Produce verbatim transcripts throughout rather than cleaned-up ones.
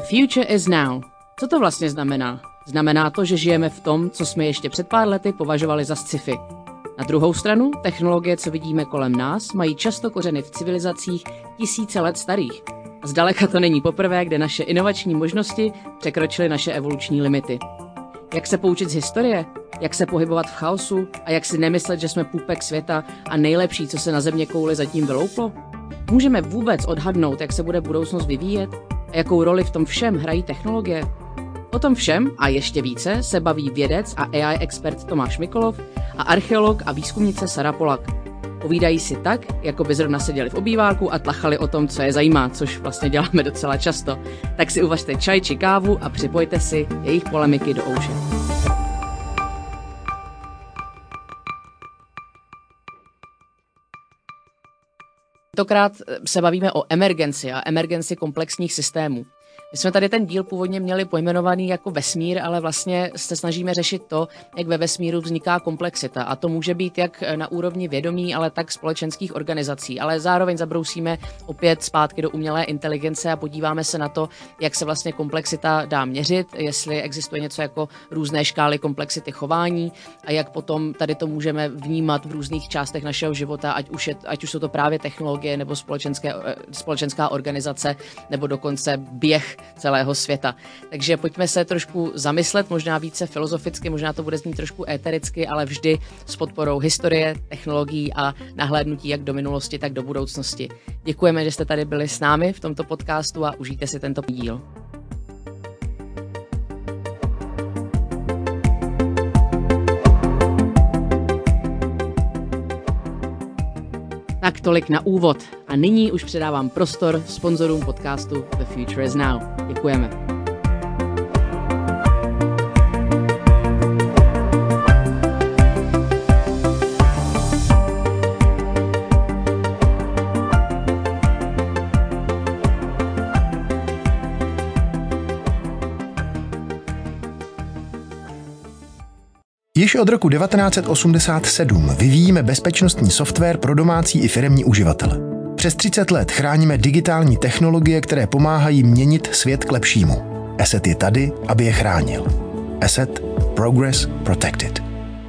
future is now. Co to vlastně znamená? Znamená to, že žijeme v tom, co jsme ještě před pár lety považovali za sci-fi. Na druhou stranu, technologie, co vidíme kolem nás, mají často kořeny v civilizacích tisíce let starých. A zdaleka to není poprvé, kde naše inovační možnosti překročily naše evoluční limity. Jak se poučit z historie? Jak se pohybovat v chaosu? A jak si nemyslet, že jsme půpek světa a nejlepší, co se na země kouli zatím vylouplo? Můžeme vůbec odhadnout, jak se bude budoucnost vyvíjet? A jakou roli v tom všem hrají technologie? O tom všem a ještě více se baví vědec a A I expert Tomáš Mikolov a archeolog a výzkumnice Sara Polak. Povídají si tak, jako by zrovna seděli v obýváku a tlachali o tom, co je zajímá, což vlastně děláme docela často. Tak si uvažte čaj či kávu a připojte si jejich polemiky do ouše. Tentokrát se bavíme o emergenci a emergenci komplexních systémů. My jsme tady ten díl původně měli pojmenovaný jako vesmír, ale vlastně se snažíme řešit to, jak ve vesmíru vzniká komplexita. A to může být jak na úrovni vědomí, ale tak společenských organizací. Ale zároveň zabrousíme opět zpátky do umělé inteligence a podíváme se na to, jak se vlastně komplexita dá měřit, jestli existuje něco jako různé škály komplexity chování a jak potom tady to můžeme vnímat v různých částech našeho života, ať už, je, ať už jsou to právě technologie nebo společenské, společenská organizace nebo dokonce běh celého světa. Takže pojďme se trošku zamyslet, možná více filozoficky, možná to bude znít trošku étericky, ale vždy s podporou historie, technologií a nahlédnutí jak do minulosti, tak do budoucnosti. Děkujeme, že jste tady byli s námi v tomto podcastu a užijte si tento díl. Tak tolik na úvod. A nyní už předávám prostor sponzorům podcastu The Future is Now. Děkujeme. Již od roku devatenáct set osmdesát sedm vyvíjíme bezpečnostní software pro domácí i firemní uživatele. Přes třicet let chráníme digitální technologie, které pomáhají měnit svět k lepšímu. Asset je tady, aby je chránil. Asset Progress Protected.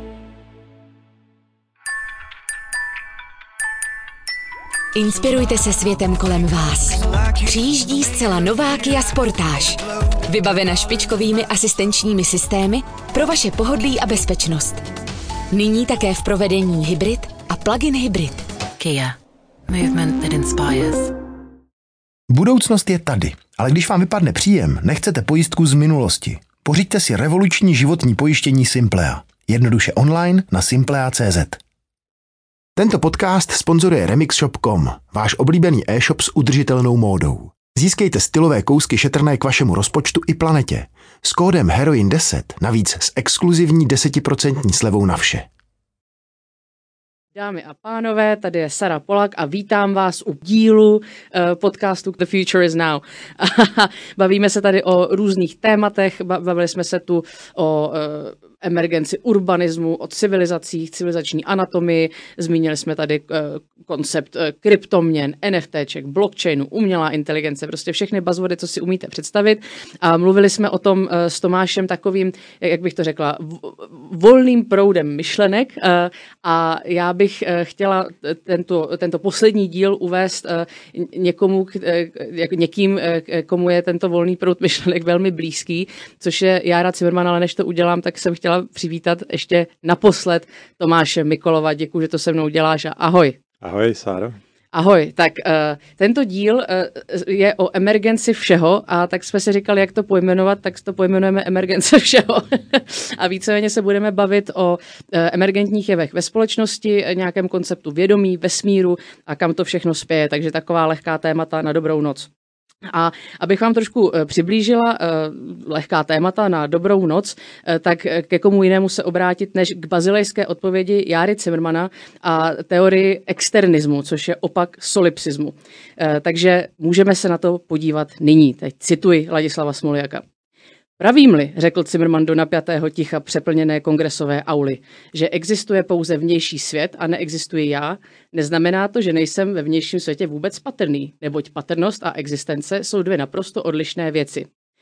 Inspirujte se světem kolem vás. Přijíždí zcela nová Kia Sportage. Vybavena špičkovými asistenčními systémy pro vaše pohodlí a bezpečnost. Nyní také v provedení hybrid a plug-in hybrid. Kia. Movement that inspires. Budoucnost je tady, ale když vám vypadne příjem, nechcete pojistku z minulosti. Pořiďte si revoluční životní pojištění Simplea. Jednoduše online na simplea tečka cé zet. Tento podcast sponzoruje remixshop tečka com, váš oblíbený e-shop s udržitelnou módou. Získejte stylové kousky šetrné k vašemu rozpočtu i planetě. S kódem Heroin deset navíc s exkluzivní desetiprocentní slevou na vše. Dámy a pánové, tady je Sara Polak a vítám vás u dílu uh, podcastu The Future is Now. Bavíme se tady o různých tématech, bavili jsme se tu o uh, emergenci urbanismu, o civilizacích, civilizační anatomii, zmínili jsme tady uh, koncept uh, kryptoměn, NFTček, blockchainu, umělá inteligence, prostě všechny buzzwordy, co si umíte představit. A mluvili jsme o tom uh, s Tomášem takovým, jak bych to řekla, volným proudem myšlenek uh, a já bych uh, chtěla tento, tento poslední díl uvést uh, někomu, uh, jak, někým, uh, komu je tento volný proud myšlenek velmi blízký, což je Jára Cimrman, ale než to udělám, tak jsem chtěla přivítat ještě naposled Tomáše Mikolova. Děkuji, že to se mnou děláš a ahoj. Ahoj, Sáro. Ahoj, tak uh, tento díl uh, je o emergenci všeho a tak jsme si říkali, jak to pojmenovat, tak to pojmenujeme emergence všeho. A víceméně se budeme bavit o uh, emergentních jevech ve společnosti, nějakém konceptu vědomí, vesmíru a kam to všechno spěje, takže taková lehká témata na dobrou noc. A abych vám trošku přiblížila uh, lehká témata na dobrou noc, uh, tak ke komu jinému se obrátit než k bazilejské odpovědi Járy Cimrmana a teorii externismu, což je opak solipsismu. Uh, takže můžeme se na to podívat nyní. Teď cituji Ladislava Smoljaka. Pravím-li, řekl Cimrman do napjatého ticha přeplněné kongresové auly, že existuje pouze vnější svět a neexistuji já, neznamená to, že nejsem ve vnějším světě vůbec patrný, neboť patrnost a existence jsou dvě naprosto odlišné věci.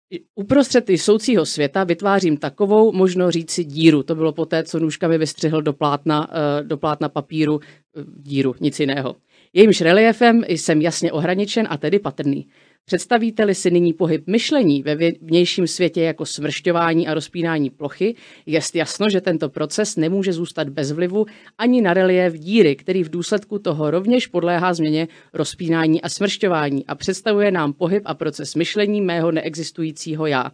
Uprostřed jsoucího světa vytvářím takovou, možno říci, díru. To bylo poté, co nůžkami vystřihl do plátna, do plátna papíru díru, nic jiného. Jejímž reliefem jsem jasně ohraničen a tedy patrný. Představíte-li si nyní pohyb myšlení ve vnějším světě jako smršťování a rozpínání plochy, jest jasno, že tento proces nemůže zůstat bez vlivu ani na relief díry, který v důsledku toho rovněž podléhá změně rozpínání a smršťování a představuje nám pohyb a proces myšlení mého neexistujícího já.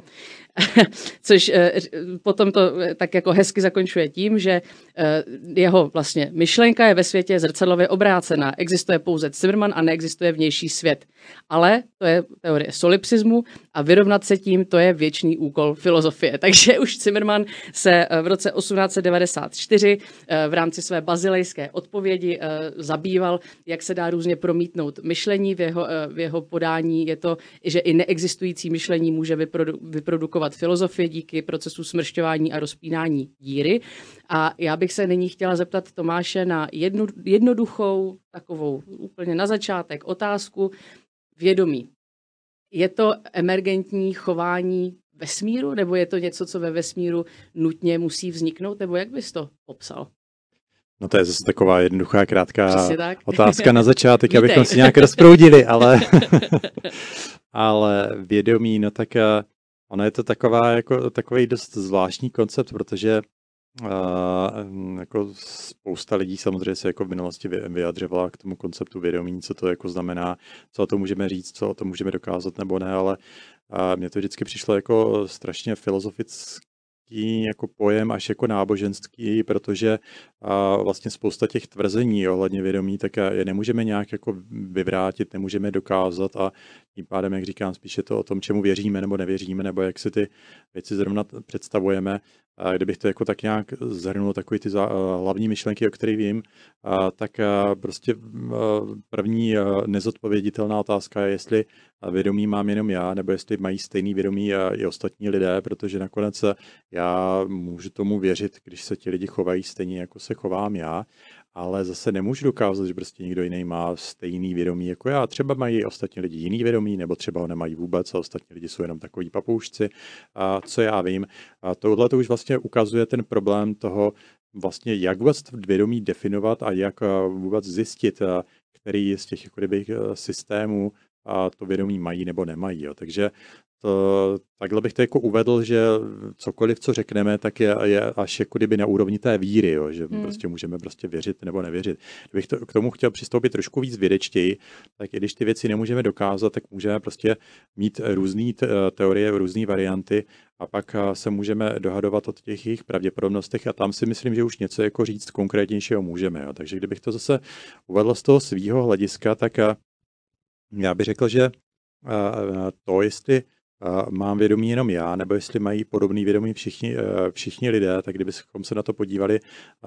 Což potom to tak jako hezky zakončuje tím, že jeho vlastně myšlenka je ve světě zrcadlově obrácená. Existuje pouze Zimmermann a neexistuje vnější svět. Ale to je teorie solipsismu a vyrovnat se tím, to je věčný úkol filozofie. Takže už Zimmermann se v roce osmnáct set devadesát čtyři v rámci své bazilejské odpovědi zabýval, jak se dá různě promítnout myšlení. V jeho, v jeho podání je to, že i neexistující myšlení může vyprodu, vyprodukovat filozofie díky procesu smršťování a rozpínání díry. A já bych se nyní chtěla zeptat Tomáše na jednu, jednoduchou, takovou úplně na začátek otázku. Vědomí. Je to emergentní chování vesmíru, nebo je to něco, co ve vesmíru nutně musí vzniknout, nebo jak bys to popsal? No to je zase taková jednoduchá, krátká tak. otázka na začátek, abychom si nějak rozproudili, ale, ale vědomí, no tak ono je to taková, jako, takový dost zvláštní koncept, protože Uh, jako spousta lidí samozřejmě se jako v minulosti vyjadřovala k tomu konceptu vědomí, co to jako znamená, co o tom můžeme říct, co o tom můžeme dokázat nebo ne, ale uh, mně to vždycky přišlo jako strašně filozofický jako pojem až jako náboženský, protože uh, vlastně spousta těch tvrzení ohledně vědomí, tak je nemůžeme nějak jako vyvrátit, nemůžeme dokázat a tím pádem, jak říkám, spíše to o tom, čemu věříme nebo nevěříme, nebo jak si ty věci zrovna představujeme. A kdybych to jako tak nějak zhrnul, takový ty hlavní myšlenky, o kterých vím, tak prostě první nezodpověditelná otázka je, jestli vědomí mám jenom já, nebo jestli mají stejný vědomí i ostatní lidé, protože nakonec já můžu tomu věřit, když se ti lidi chovají stejně, jako se chovám já, ale zase nemůžu dokázat, že prostě někdo jiný má stejný vědomí jako já. Třeba mají ostatní lidi jiný vědomí, nebo třeba ho nemají vůbec a ostatní lidi jsou jenom takový papoušci, a co já vím. A tohle to už vlastně ukazuje ten problém toho, vlastně jak vůbec vědomí definovat a jak vůbec zjistit, který z těch jako kdyby, systémů a to vědomí mají nebo nemají. Jo. Takže to, takhle bych to jako uvedl, že cokoliv, co řekneme, tak je, je až jako kdyby na úrovni té víry, jo, že hmm. prostě můžeme prostě věřit nebo nevěřit. Kdybych to, k tomu chtěl přistoupit trošku víc vědečtěji, tak i když ty věci nemůžeme dokázat, tak můžeme prostě mít různé teorie, různé varianty a pak se můžeme dohadovat o těch jejich pravděpodobnostech a tam si myslím, že už něco jako říct konkrétnějšího můžeme. Jo. Takže kdybych to zase uvedl z toho svýho hlediska, tak já bych řekl, že to, jestli mám vědomí jenom já, nebo jestli mají podobný vědomí všichni, všichni lidé, tak kdybychom se na to podívali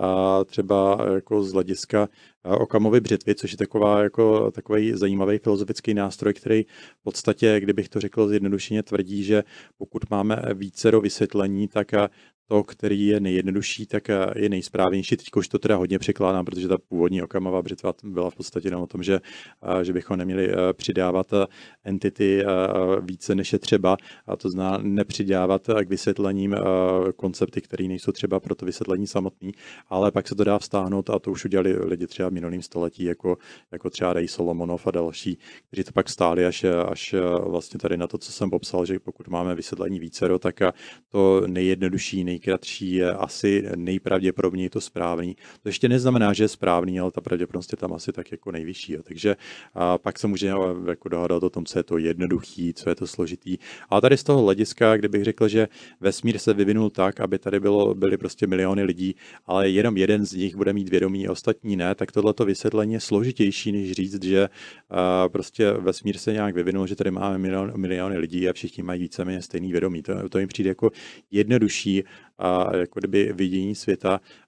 třeba jako z hlediska Okamovy břitvy, což je taková, jako, takový zajímavý filozofický nástroj, který v podstatě, kdybych to řekl zjednodušeně, tvrdí, že pokud máme vícero vysvětlení, tak to, který je nejjednodušší, tak je nejsprávnější. Teď už to teda hodně překládám, protože ta původní Okamova břitva byla v podstatě jenom o tom, že, že bychom neměli přidávat entity více než je třeba, a to znamená nepřidávat k vysvětlením koncepty, které nejsou třeba pro to vysvětlení samotný, ale pak se to dá vztáhnout a to už udělali lidi třeba v minulém století, jako, jako třeba Ray Solomonov a další, kteří to pak stáli až, až vlastně tady na to, co jsem popsal, že pokud máme vysvětlení vícero, tak to nejjednodušší, nejkratší je asi nejpravděpodobněji to správný. To ještě neznamená, že je správný, ale ta pravděpodobnost je tam asi tak jako nejvyšší. Jo. Takže a pak se můžeme jako dohadat o tom, co je to jednoduchý, co je to složitý. Ale tady z toho hlediska, kdybych řekl, že vesmír se vyvinul tak, aby tady bylo, byly prostě miliony lidí, ale jenom jeden z nich bude mít vědomí, ostatní ne, tak tohleto vysvětlení je složitější, než říct, že a, prostě vesmír se nějak vyvinul, že tady máme milion, miliony lidí a všichni mají víceméně stejný vědomí. To, to jim přijde jako jednodušší a jako kdyby vidění světa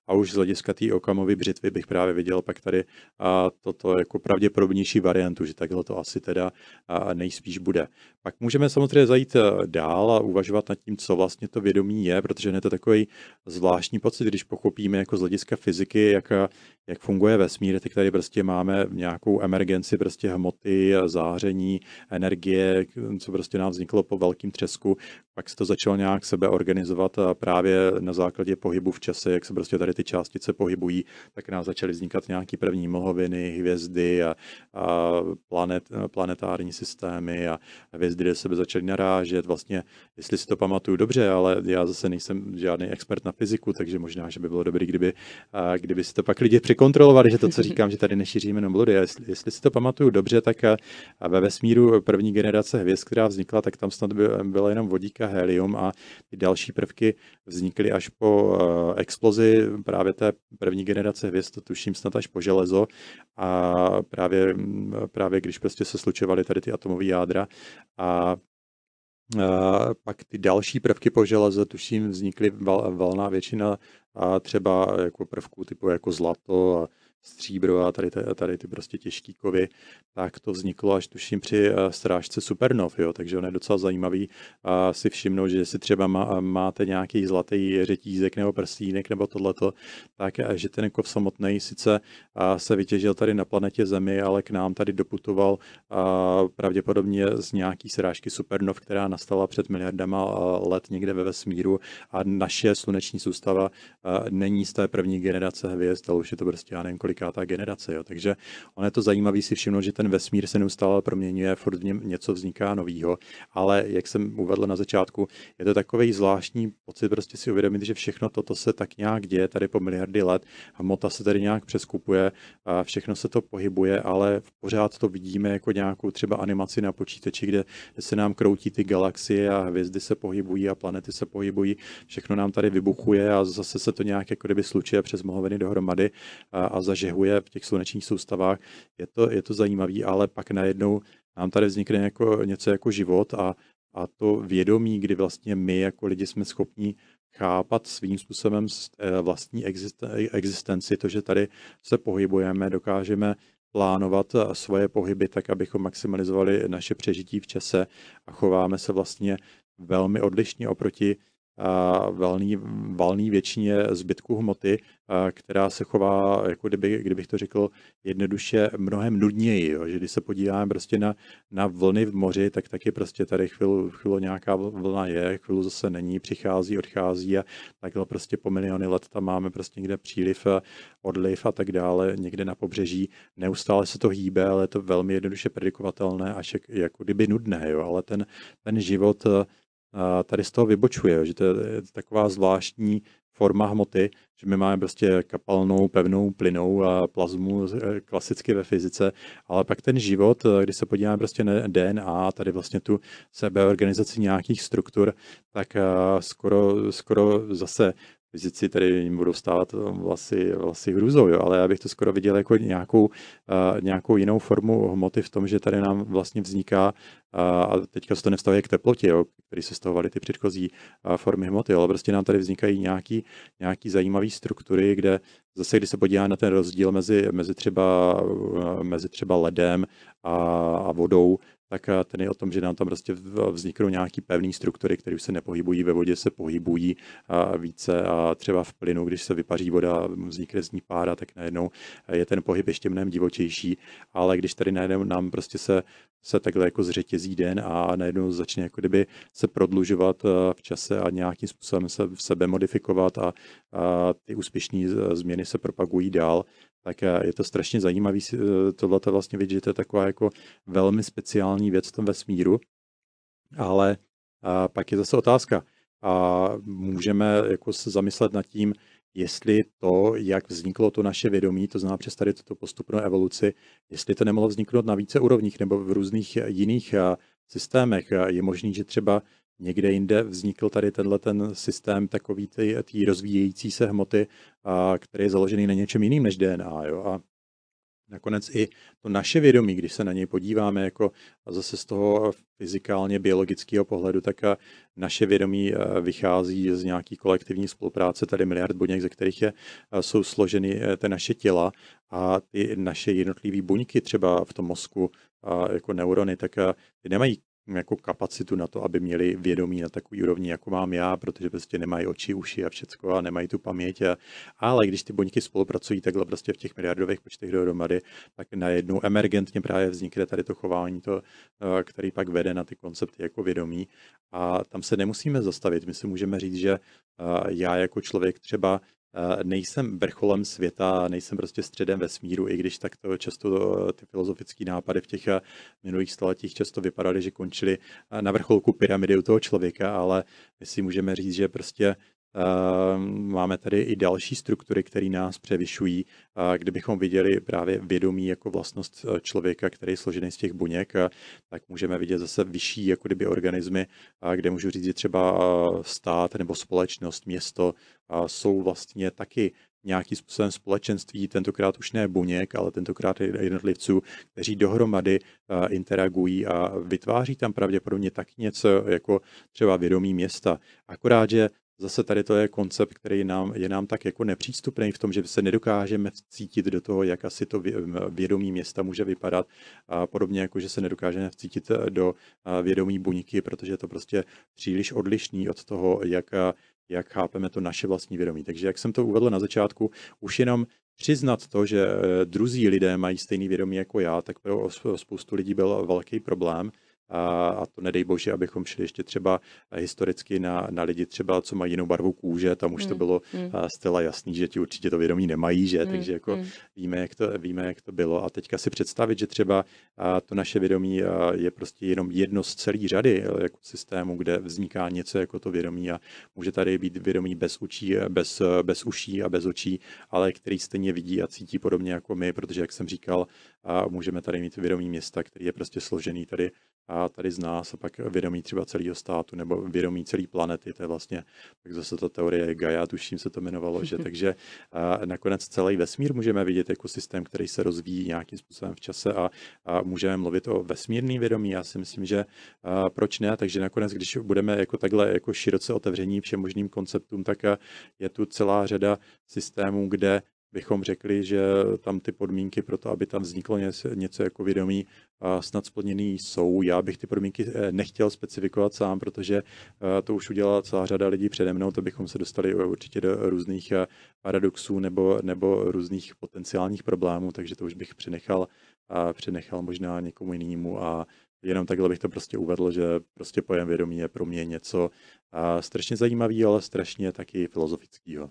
a už z hlediska té Okamovy břitvy bych právě viděl pak tady a toto jako pravděpodobnější variantu, že takhle to asi teda a nejspíš bude. Pak můžeme samozřejmě zajít dál a uvažovat nad tím, co vlastně to vědomí je, protože je to takový zvláštní pocit, když pochopíme jako z hlediska fyziky, jak, jak funguje vesmír, tak tady prostě máme nějakou emergenci prostě hmoty, záření, energie, co prostě nám vzniklo po velkém třesku, pak se to začalo nějak sebe organizovat a právě na základě pohybu v čase, jak se prostě tady ty částice pohybují, tak nám začaly vznikat nějaký první mlhoviny, hvězdy a, a planet, planetární systémy a hvězdy, kde sebe začaly narážet. Vlastně, jestli si to pamatuju dobře, ale já zase nejsem žádný expert na fyziku, takže možná, že by bylo dobré, kdyby, kdyby si to pak lidi překontrolovali, že to, co říkám, že tady nešíříme jenom bludy. Jestli, jestli si to pamatuju dobře, tak ve vesmíru první generace hvězd, která vznikla, tak tam snad byla jenom vodík a helium a ty další prvky vznikly až po explozi právě té první generace hvězd, to tuším snad až po železo a právě, právě když prostě se slučovaly tady ty atomové jádra a a pak ty další prvky po železo, tuším, vznikly val, valná většina a třeba jako prvků typu jako zlato a stříbro a tady, tady ty prostě těžký kovy, tak to vzniklo až tuším při srážce supernov, jo, takže on je docela zajímavý a si všimnout, že jestli třeba má, máte nějaký zlatý řetízek nebo prstínek nebo tohleto, tak že ten kov samotný sice se vytěžil tady na planetě Zemi, ale k nám tady doputoval pravděpodobně z nějaký srážky supernov, která nastala před miliardama let někde ve vesmíru a naše sluneční soustava není z té první generace hvězd, ale už je to prostě já nevím kolikátá generace, jo. Takže ono je to zajímavý si všimnout, že ten vesmír se neustále proměňuje, furt v něm něco vzniká novýho, ale jak jsem uvedl na začátku, je to takový zvláštní pocit prostě si uvědomit, že všechno toto se tak nějak děje tady po miliardy let, hmota se tady nějak přeskupuje, a všechno se to pohybuje, ale pořád to vidíme jako nějakou třeba animaci na počítači, kde, kde se nám kroutí ty galaxie a hvězdy se pohybují a planety se pohybují, všechno nám tady vybuchuje a zase se to nějak jako kdyby slučuje přes mlhoviny dohromady a, a zažehuje v těch slunečních soustavách. Je to, je to zajímavý, ale pak najednou nám tady vznikne jako, něco jako život a, a to vědomí, kdy vlastně my jako lidi jsme schopni chápat svým způsobem vlastní existenci, to, že tady se pohybujeme, dokážeme plánovat svoje pohyby tak, abychom maximalizovali naše přežití v čase a chováme se vlastně velmi odlišně oproti valný, valný většině zbytku hmoty, která se chová, jako kdyby, kdybych to řekl jednoduše, mnohem nudněji. Jo? Že když se podíváme prostě na, na vlny v moři, tak taky prostě tady chvíli, chvíli nějaká vlna je, chvíli zase není, přichází, odchází a takhle prostě po miliony let tam máme prostě někde příliv, odliv a tak dále, někde na pobřeží. Neustále se to hýbe, ale je to velmi jednoduše predikovatelné, až jak, jako kdyby nudné, jo? Ale ten, ten život tady z toho vybočuje, že to je taková zvláštní forma hmoty, že my máme prostě kapalnou, pevnou, plynou a plazmu klasicky ve fyzice, ale pak ten život, když se podíváme prostě na D N A, tady vlastně tu sebeorganizaci nějakých struktur, tak skoro, skoro zase fyzici tady jim budou stávat vlasy, vlasy hrůzou, jo, ale já bych to skoro viděl jako nějakou, uh, nějakou jinou formu hmoty v tom, že tady nám vlastně vzniká, uh, a teďka se to nevztahuje k teplotě, jo, který se stavovaly ty předchozí uh, formy hmoty, ale prostě nám tady vznikají nějaký, nějaký zajímavý struktury, kde zase, když se podívá na ten rozdíl mezi, mezi, třeba, uh, mezi třeba ledem a, a vodou, tak ten je o tom, že nám tam prostě vzniknou nějaký pevné struktury, které už se nepohybují, ve vodě se pohybují více a třeba v plynu, když se vypaří voda, vznikne z ní pára, tak najednou je ten pohyb ještě mnohem divočejší, ale když tady najednou nám prostě se, se takhle jako zřetězí den a najednou začne jako kdyby se prodlužovat v čase a nějakým způsobem se v sebe modifikovat a, a ty úspěšné změny se propagují dál, tak je to strašně zajímavý tohleto vlastně vidět, že to je taková jako velmi speciální věc v tom vesmíru, ale a pak je zase otázka. A můžeme jako se zamyslet nad tím, jestli to, jak vzniklo to naše vědomí, to znamená přes tady tuto postupnou evoluci, jestli to nemohlo vzniknout na více úrovních nebo v různých jiných systémech. Je možný, že třeba někde jinde vznikl tady tenhle ten systém takový ty, ty rozvíjející se hmoty, a, který je založený na něčem jiným než D N A. Jo? A nakonec i to naše vědomí, když se na něj podíváme jako zase z toho fyzikálně biologického pohledu, tak naše vědomí vychází z nějaký kolektivní spolupráce, tady miliard buněk, ze kterých je, jsou složeny ty naše těla a ty naše jednotlivé buňky třeba v tom mozku jako neurony, tak ty nemají jako kapacitu na to, aby měli vědomí na takový úrovni, jako mám já, protože prostě nemají oči, uši a všecko a nemají tu paměť. A, ale když ty buňky spolupracují takhle prostě v těch miliardových počtech dohromady, tak najednou emergentně právě vznikne tady to chování, to, který pak vede na ty koncepty jako vědomí. A tam se nemusíme zastavit. My si můžeme říct, že já jako člověk třeba nejsem vrcholem světa, nejsem prostě středem vesmíru, i když tak to často ty filozofické nápady v těch minulých stoletích často vypadaly, že končily na vrcholku pyramidy u toho člověka, ale my si můžeme říct, že prostě Uh, máme tady i další struktury, které nás převyšují. Uh, kdybychom viděli právě vědomí jako vlastnost člověka, který je složený z těch buněk, uh, tak můžeme vidět zase vyšší jako kdyby organismy, uh, kde můžu říct, že třeba uh, stát nebo společnost, město uh, jsou vlastně taky nějakým způsobem společenství, tentokrát už ne buněk, ale tentokrát jednotlivců, kteří dohromady uh, interagují a vytváří tam pravděpodobně tak něco jako třeba vědomí města. Akorát, že zase tady to je koncept, který nám, je nám tak jako nepřístupný v tom, že se nedokážeme vcítit do toho, jak asi to vědomí města může vypadat. A podobně jako, že se nedokážeme vcítit do vědomí buňky, protože je to prostě příliš odlišný od toho, jak, jak chápeme to naše vlastní vědomí. Takže jak jsem to uvedl na začátku, už jenom přiznat to, že druzí lidé mají stejný vědomí jako já, tak pro spoustu lidí byl velký problém. A to nedej bože, abychom šli ještě třeba historicky na, na lidi třeba, co mají jinou barvu kůže, tam už mm, to bylo mm. zcela jasný, že ti určitě to vědomí nemají, že? Mm, takže jako mm. víme, jak to, víme, jak to bylo. A teďka si představit, že třeba to naše vědomí je prostě jenom jedno z celé řady jako systému, kde vzniká něco jako to vědomí a může tady být vědomí bez učí, bez, bez uší a bez očí, ale který stejně vidí a cítí podobně jako my, protože jak jsem říkal, můžeme tady mít vědomí města, který je prostě složený tady a tady z nás a pak vědomí třeba celého státu nebo vědomí celé planety, to je vlastně tak zase ta teorie Gaia, tuším se to jmenovalo, že takže a nakonec celý vesmír můžeme vidět jako systém, který se rozvíjí nějakým způsobem v čase a, a můžeme mluvit o vesmírný vědomí, já si myslím, že a proč ne, takže nakonec, když budeme jako takhle jako široce otevření všem možným konceptům, tak je tu celá řada systémů, kde bychom řekli, že tam ty podmínky pro to, aby tam vzniklo něco, něco jako vědomí, snad splněný jsou. Já bych ty podmínky nechtěl specifikovat sám, protože to už udělala celá řada lidí přede mnou, to bychom se dostali určitě do různých paradoxů nebo, nebo různých potenciálních problémů, takže to už bych přenechal, přenechal možná někomu jinému a jenom takhle bych to prostě uvedl, že prostě pojem vědomí je pro mě něco strašně zajímavého, ale strašně taky filozofického.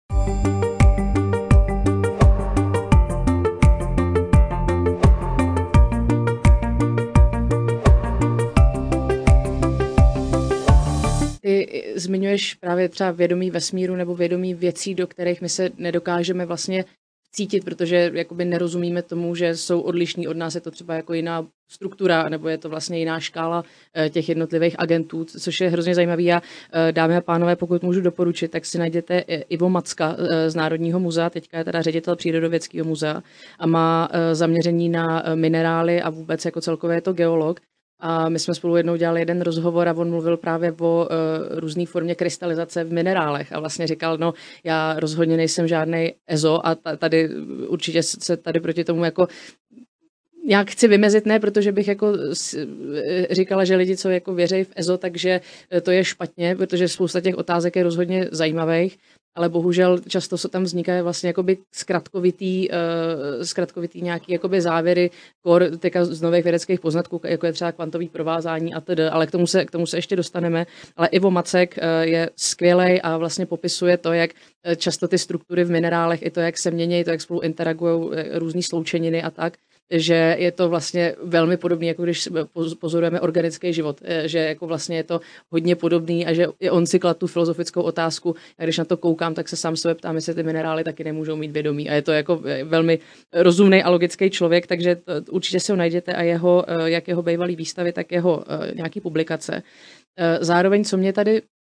Ty zmiňuješ právě třeba vědomí vesmíru nebo vědomí věcí, do kterých my se nedokážeme vlastně cítit, protože jakoby nerozumíme tomu, že jsou odlišní od nás, je to třeba jako jiná struktura, nebo je to vlastně jiná škála těch jednotlivých agentů, což je hrozně zajímavý. A dámy a pánové, pokud můžu doporučit, tak si najděte Ivo Macka z Národního muzea, teďka je teda ředitel Přírodovědského muzea a má zaměření na minerály a vůbec jako celkově je to geolog. A my jsme spolu jednou dělali jeden rozhovor a on mluvil právě o uh, různé formě krystalizace v minerálech a vlastně říkal, no já rozhodně nejsem žádnej ezo a tady určitě se tady proti tomu jako nějak chci vymezit, ne, protože bych jako říkala, že lidi, co jako věří v ezo, takže to je špatně, protože spousta těch otázek je rozhodně zajímavých, ale bohužel často se tam vznikají vlastně jakoby zkratkovitý, uh, zkratkovitý nějaký jakoby závěry kor teďka z nových vědeckých poznatků, jako je třeba kvantový provázání a tedy, ale k tomu se, k tomu se ještě dostaneme. Ale Ivo Macek uh, je skvělej a vlastně popisuje to, jak často ty struktury v minerálech, i to, jak se mění, to, jak spolu interagují různý sloučeniny a tak, že je to vlastně velmi podobný, jako když pozorujeme organický život, že jako vlastně je to hodně podobný a že i on si klad tu filozofickou otázku a když na to koukám, tak se sám sebe ptám, jestli ty minerály taky nemůžou mít vědomí a je to jako velmi rozumný a logický člověk, takže to, určitě si ho najděte a jeho, jak jeho bývalý výstavy, tak jeho nějaký publikace. Zároveň, co mě tady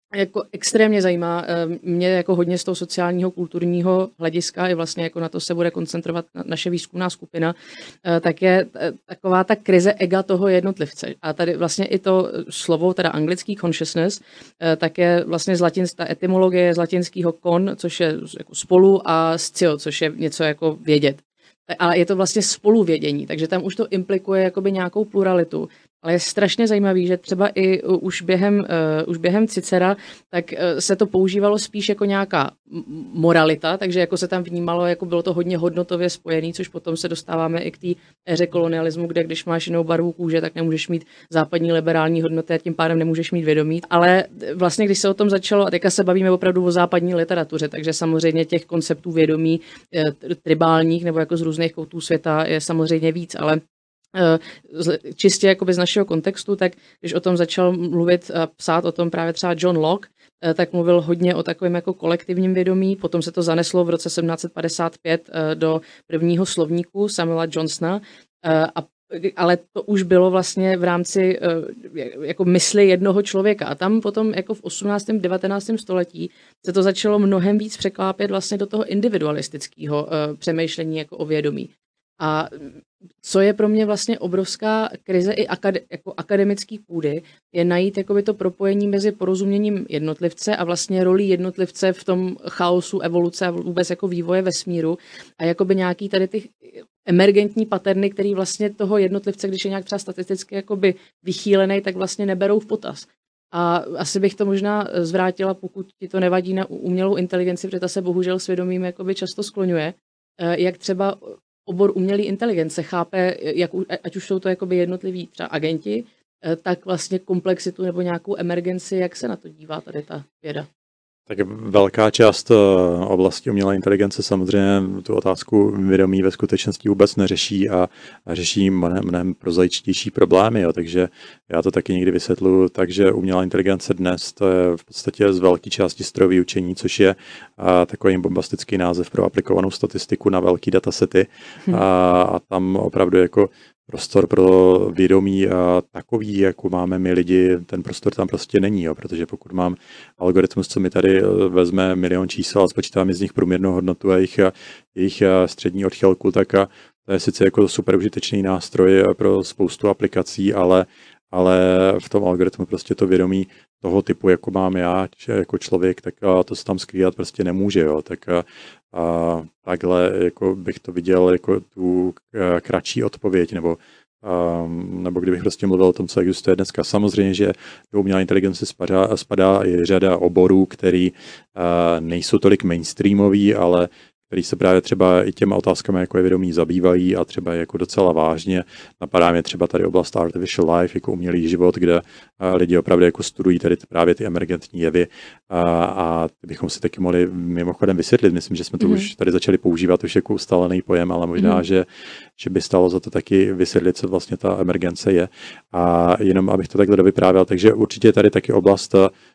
jako extrémně zajímá mě jako hodně z toho sociálního, kulturního hlediska, i vlastně jako na to se bude koncentrovat naše výzkumná skupina, tak je taková ta krize ega toho jednotlivce. A tady vlastně i to slovo, teda anglický consciousness, tak je vlastně z latin, ta etymologie z latinského con, což je jako spolu, a scio, což je něco jako vědět. Ale je to vlastně spoluvědění, takže tam už to implikuje jakoby nějakou pluralitu. Ale je strašně zajímavý, že třeba i už během, uh, už během Cicera, tak uh, se to používalo spíš jako nějaká moralita, takže jako se tam vnímalo, jako bylo to hodně hodnotově spojený, což potom se dostáváme i k té éře kolonialismu, kde když máš jinou barvu kůže, tak nemůžeš mít západní liberální hodnoty a tím pádem nemůžeš mít vědomí. Ale vlastně, když se o tom začalo, a teďka se bavíme opravdu o západní literatuře, takže samozřejmě těch konceptů vědomí tribálních nebo jako z různých koutů světa je samozřejmě víc, ale čistě jakoby z našeho kontextu, tak když o tom začal mluvit a psát o tom právě třeba John Locke, tak mluvil hodně o takovém jako kolektivním vědomí, potom se to zaneslo v roce sedmnáct set padesát pět do prvního slovníku Samuela Johnsona, a ale to už bylo vlastně v rámci jako mysli jednoho člověka. A tam potom jako v osmnáctém devatenáctém století se to začalo mnohem víc překlápět vlastně do toho individualistického přemýšlení jako o vědomí. A co je pro mě vlastně obrovská krize i akade, jako akademický půdy, je najít jakoby to propojení mezi porozuměním jednotlivce a vlastně rolí jednotlivce v tom chaosu evoluce a vůbec jako vývoje vesmíru a jakoby nějaký tady ty emergentní paterny, který vlastně toho jednotlivce, když je nějak třeba statisticky jakoby vychýlený, tak vlastně neberou v potaz. A asi bych to možná zvrátila, pokud ti to nevadí, na umělou inteligenci, protože ta se bohužel svědomím jakoby často skloňuje, jak třeba obor umělé inteligence chápe, jak, ať už jsou to jakoby jednotliví třeba agenti, tak vlastně komplexitu nebo nějakou emergenci, jak se na to dívá tady ta věda? Tak velká část oblasti umělé inteligence samozřejmě tu otázku vědomí ve skutečnosti vůbec neřeší a, a řeší mnohem, mnohem prozaičtější problémy. Jo. Takže já to taky někdy vysvětluji, takže umělá inteligence dnes to je v podstatě z velké části strojové učení, což je a, takový bombastický název pro aplikovanou statistiku na velké datasety a, a tam opravdu jako prostor pro vědomí a takový, jako máme my lidi, ten prostor tam prostě není, jo, protože pokud mám algoritmus, co mi tady vezme milion čísel a spočítáme z nich průměrnou hodnotu a jejich, jejich střední odchylku, tak a to je sice jako super užitečný nástroj pro spoustu aplikací, ale, ale v tom algoritmu prostě to vědomí toho typu, jako mám já, jako člověk, tak to se tam skrývat prostě nemůže, jo, tak a, a takhle jako bych to viděl jako tu kratší odpověď, nebo Um, nebo kdybych prostě mluvil o tom, co existuje dneska. Samozřejmě, že do umělé inteligence spadá, spadá i řada oborů, který uh, nejsou tolik mainstreamový, ale který se právě třeba i těma otázkami, jako je vědomí, zabývají a třeba jako docela vážně. Napadá mě třeba tady oblast artificial life, jako umělý život, kde lidi opravdu jako studují tady právě ty emergentní jevy a, a ty bychom si taky mohli mimochodem vysvětlit. Myslím, že jsme to mm. už tady začali používat, už jako ustálený pojem, ale možná, mm. že, že by stalo za to taky vysvětlit, co vlastně ta emergence je. A jenom abych to takhle dovyprávěl, takže určitě tady taky oblast,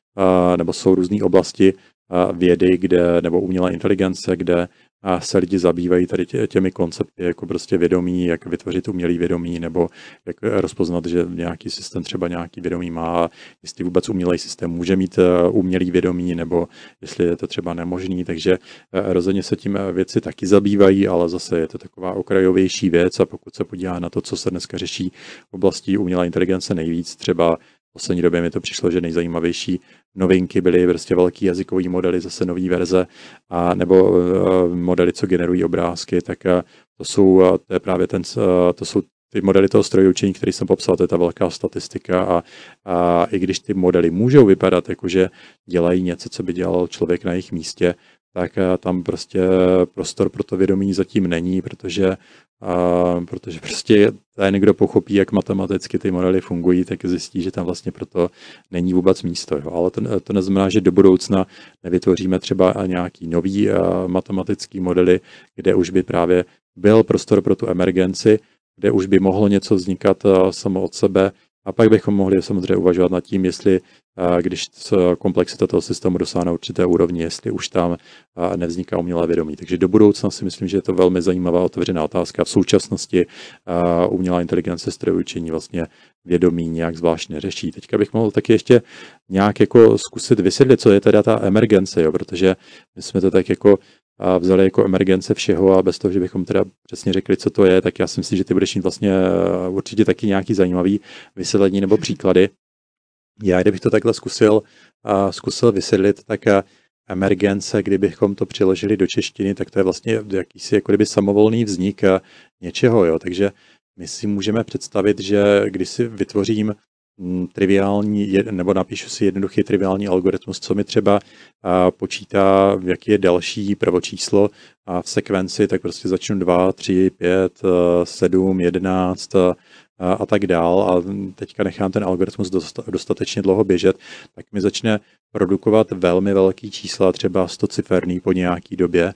nebo jsou různé oblasti vědy, kde, nebo umělé inteligence, kde se lidi zabývají tady tě, těmi koncepty, jako prostě vědomí, jak vytvořit umělý vědomí, nebo jak rozpoznat, že nějaký systém třeba nějaký vědomí má, jestli vůbec umělý systém může mít umělý vědomí, nebo jestli je to třeba nemožný, takže rozhodně se tím věci taky zabývají, ale zase je to taková okrajovější věc a pokud se podívá na to, co se dneska řeší v oblasti umělé inteligence nejvíc, třeba v poslední době mi to přišlo, že nejzajímavější novinky byly prostě velký jazykový modely, zase nový verze, a nebo uh, modely, co generují obrázky, tak uh, to jsou uh, to je právě ten, uh, to jsou ty modely toho strojového učení, který jsem popsal, to je ta velká statistika a, a i když ty modely můžou vypadat jako, že dělají něco, co by dělal člověk na jejich místě, tak uh, tam prostě prostor pro to vědomí zatím není, protože Uh, protože prostě ten, kdo pochopí, jak matematicky ty modely fungují, tak zjistí, že tam vlastně proto není vůbec místo. Jo. Ale to, to neznamená, že do budoucna nevytvoříme třeba nějaký nový uh, matematický modely, kde už by právě byl prostor pro tu emergenci, kde už by mohlo něco vznikat uh, samo od sebe. A pak bychom mohli samozřejmě uvažovat nad tím, jestli když komplexita toho systému dosáhne určité úrovni, jestli už tam nevzniká umělé vědomí. Takže do budoucna si myslím, že je to velmi zajímavá otevřená otázka. V současnosti umělá inteligence strojové učení vlastně vědomí nějak zvlášť neřeší. Teďka bych mohl taky ještě nějak jako zkusit vysvětlit, co je teda ta emergence, jo, protože my jsme to tak jako vzali jako emergence všeho a bez toho, že bychom teda přesně řekli, co to je, tak já si myslím, že ty budeš mít vlastně určitě taky nějaký zajímavý vysvětlení nebo příklady. Já, kdybych to takhle zkusil, zkusil vysvětlit, tak emergence, kdybychom to přeložili do češtiny, tak to je vlastně jakýsi jako kdyby samovolný vznik něčeho, jo, takže my si můžeme představit, že když si vytvořím triviální, nebo napíšu si jednoduchý triviální algoritmus, co mi třeba počítá, jaký je další prvočíslo v sekvenci, tak prostě začnu dva, tři, pět, sedm, jedenáct a tak dál a teďka nechám ten algoritmus dostatečně dlouho běžet, tak mi začne produkovat velmi velký čísla, třeba stociferný po nějaký době.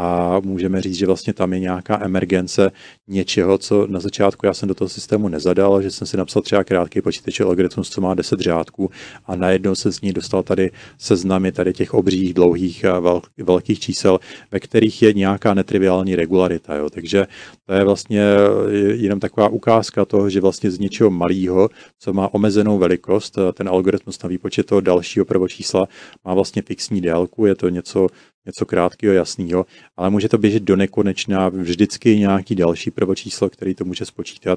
A můžeme říct, že vlastně tam je nějaká emergence něčeho, co na začátku já jsem do toho systému nezadal, že jsem si napsal třeba krátký počítačový algoritmus, co má deset řádků a najednou se z ní dostal tady seznamy tady těch obřích, dlouhých a velkých čísel, ve kterých je nějaká netriviální regularita. Jo. Takže to je vlastně jenom taková ukázka toho, že vlastně z něčeho malého, co má omezenou velikost, ten algoritmus na výpočet toho dalšího prvočísla má vlastně fixní délku, je to něco něco krátkého, jasného, ale může to běžet do nekonečna, vždycky nějaký další prvočíslo, který to může spočítat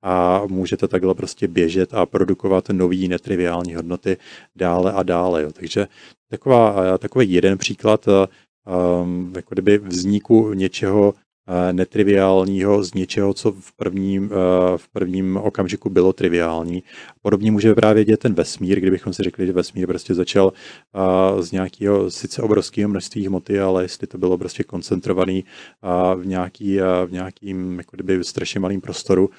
a může to takhle prostě běžet a produkovat nový netriviální hodnoty dále a dále. Jo. Takže taková, takový jeden příklad um, jako kdyby vzniku něčeho netriviálního z něčeho, co v prvním, v prvním okamžiku bylo triviální. Podobně může právě dělat ten vesmír, kdybychom si řekli, že vesmír prostě začal z nějakého sice obrovského množství hmoty, ale jestli to bylo prostě koncentrovaný v, nějaký, v nějakým jako kdyby strašně malým prostoru,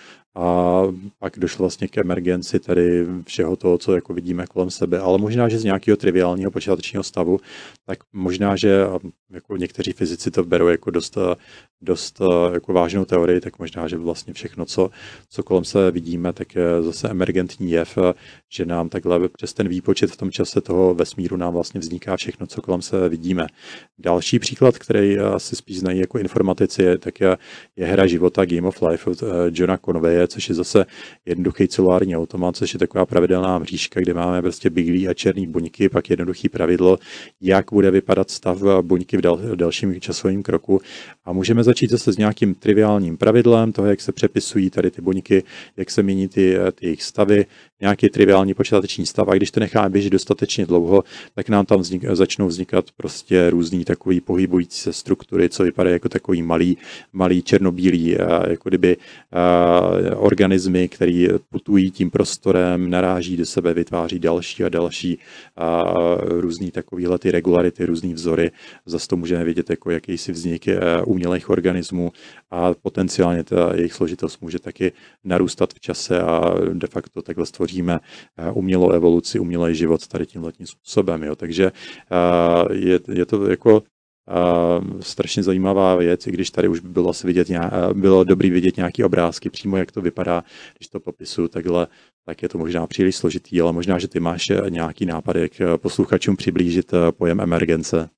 a pak došlo vlastně k emergenci tady všeho toho, co jako vidíme kolem sebe, ale možná, že z nějakého triviálního počátečního stavu, tak možná, že jako někteří fyzici to berou jako dost, dost jako vážnou teorii, tak možná, že vlastně všechno, co, co kolem se vidíme, tak je zase emergentní jev, že nám takhle přes ten výpočet v tom čase toho vesmíru nám vlastně vzniká všechno, co kolem se vidíme. Další příklad, který asi spíš znají jako informatici, je, tak je, je hra života Game of Life od Johna Conwaye, což je zase jednoduchý celulární automat, což je taková pravidelná mřížka, kde máme prostě bílý a černý buňky, pak jednoduchý pravidlo, jak bude vypadat stav buňky v, dal, v dalším časovém kroku. A můžeme začít zase s nějakým triviálním pravidlem toho, jak se přepisují tady ty buňky, jak se mění ty, ty jejich stavy, nějaký triviální počáteční stav. A když to necháme běžet dostatečně dlouho, tak nám tam vznik, začnou vznikat prostě různý takový pohybující se struktury, co vypadají jako takový malý, malý černobílý, jako kdyby organismy, které putují tím prostorem, naráží do sebe, vytváří další a další a různý takovýhle ty regularity, různý vzory. Zase to můžeme vidět jako jakýsi vznik umělých organismů a potenciálně ta jejich složitost může taky narůstat v čase a de facto takhle stvoříme umělou evoluci, umělý život tady tímhletím způsobem. Jo. Takže je, je to jako Uh, strašně zajímavá věc, i když tady už by bylo, asi vidět nějak, bylo dobrý vidět nějaké obrázky přímo, jak to vypadá, když to popisu takhle, tak je to možná příliš složitý, ale možná, že ty máš nějaký nápad, jak posluchačům přiblížit pojem emergence.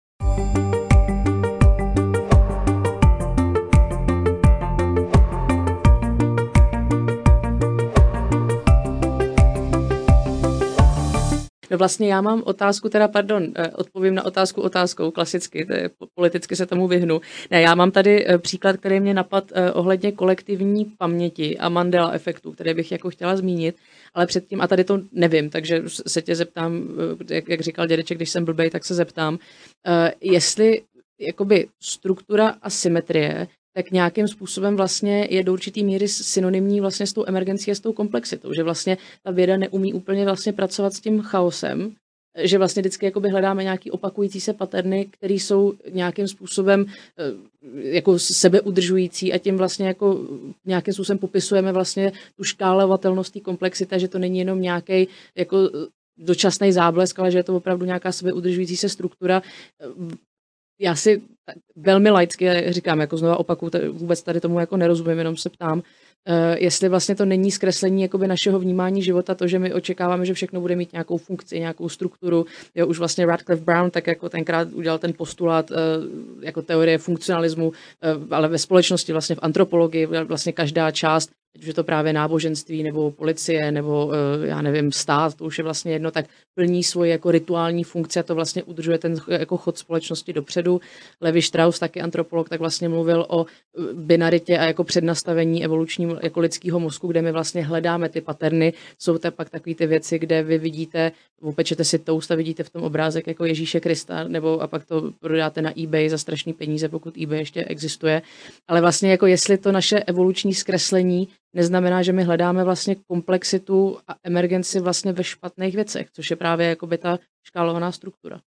No vlastně já mám otázku, teda pardon, odpovím na otázku otázkou, klasicky, to je, politicky se tomu vyhnu. Ne, já mám tady příklad, který mě napad ohledně kolektivní paměti a Mandela efektu, který bych jako chtěla zmínit, ale předtím, a tady to nevím, takže se tě zeptám, jak, jak říkal dědeček, když jsem blbej, tak se zeptám, jestli jakoby struktura a symetrie tak nějakým způsobem vlastně je do určitý míry synonymní vlastně s tou emergencí a s tou komplexitou, že vlastně ta věda neumí úplně vlastně pracovat s tím chaosem, že vlastně vždycky jakoby hledáme nějaký opakující se paterny, které jsou nějakým způsobem jako sebeudržující a tím vlastně jako nějakým způsobem popisujeme vlastně tu škálovatelnost té komplexity, že to není jenom nějaký jako dočasný záblesk, ale že je to opravdu nějaká sebeudržující se struktura. Já si velmi laicky říkám, jako znova opakuju, vůbec tady tomu jako nerozumím, jenom se ptám, jestli vlastně to není zkreslení jakoby našeho vnímání života, to, že my očekáváme, že všechno bude mít nějakou funkci, nějakou strukturu. Jo, už vlastně Radcliffe Brown tak jako tenkrát udělal ten postulát jako teorie funkcionalismu, ale ve společnosti vlastně v antropologii vlastně každá část ať už je to právě náboženství nebo policie nebo já nevím, stát, to už je vlastně jedno, tak plní svoji jako rituální funkci a to vlastně udržuje ten jako chod společnosti dopředu. Levi Strauss, taky antropolog, tak vlastně mluvil o binaritě a jako přednastavení evolučním jako lidského mozku, kde my vlastně hledáme ty paterny. Jsou to pak takové ty věci, kde vy vidíte, opečete si toast a vidíte v tom obrázek jako Ježíše Krista, nebo a pak to prodáte na eBay za strašný peníze, pokud eBay ještě existuje. Ale vlastně jako jestli to naše evoluční zkreslení neznamená, že my hledáme vlastně komplexitu a emergenci vlastně ve špatných věcech, což je právě jakoby ta škálovaná struktura.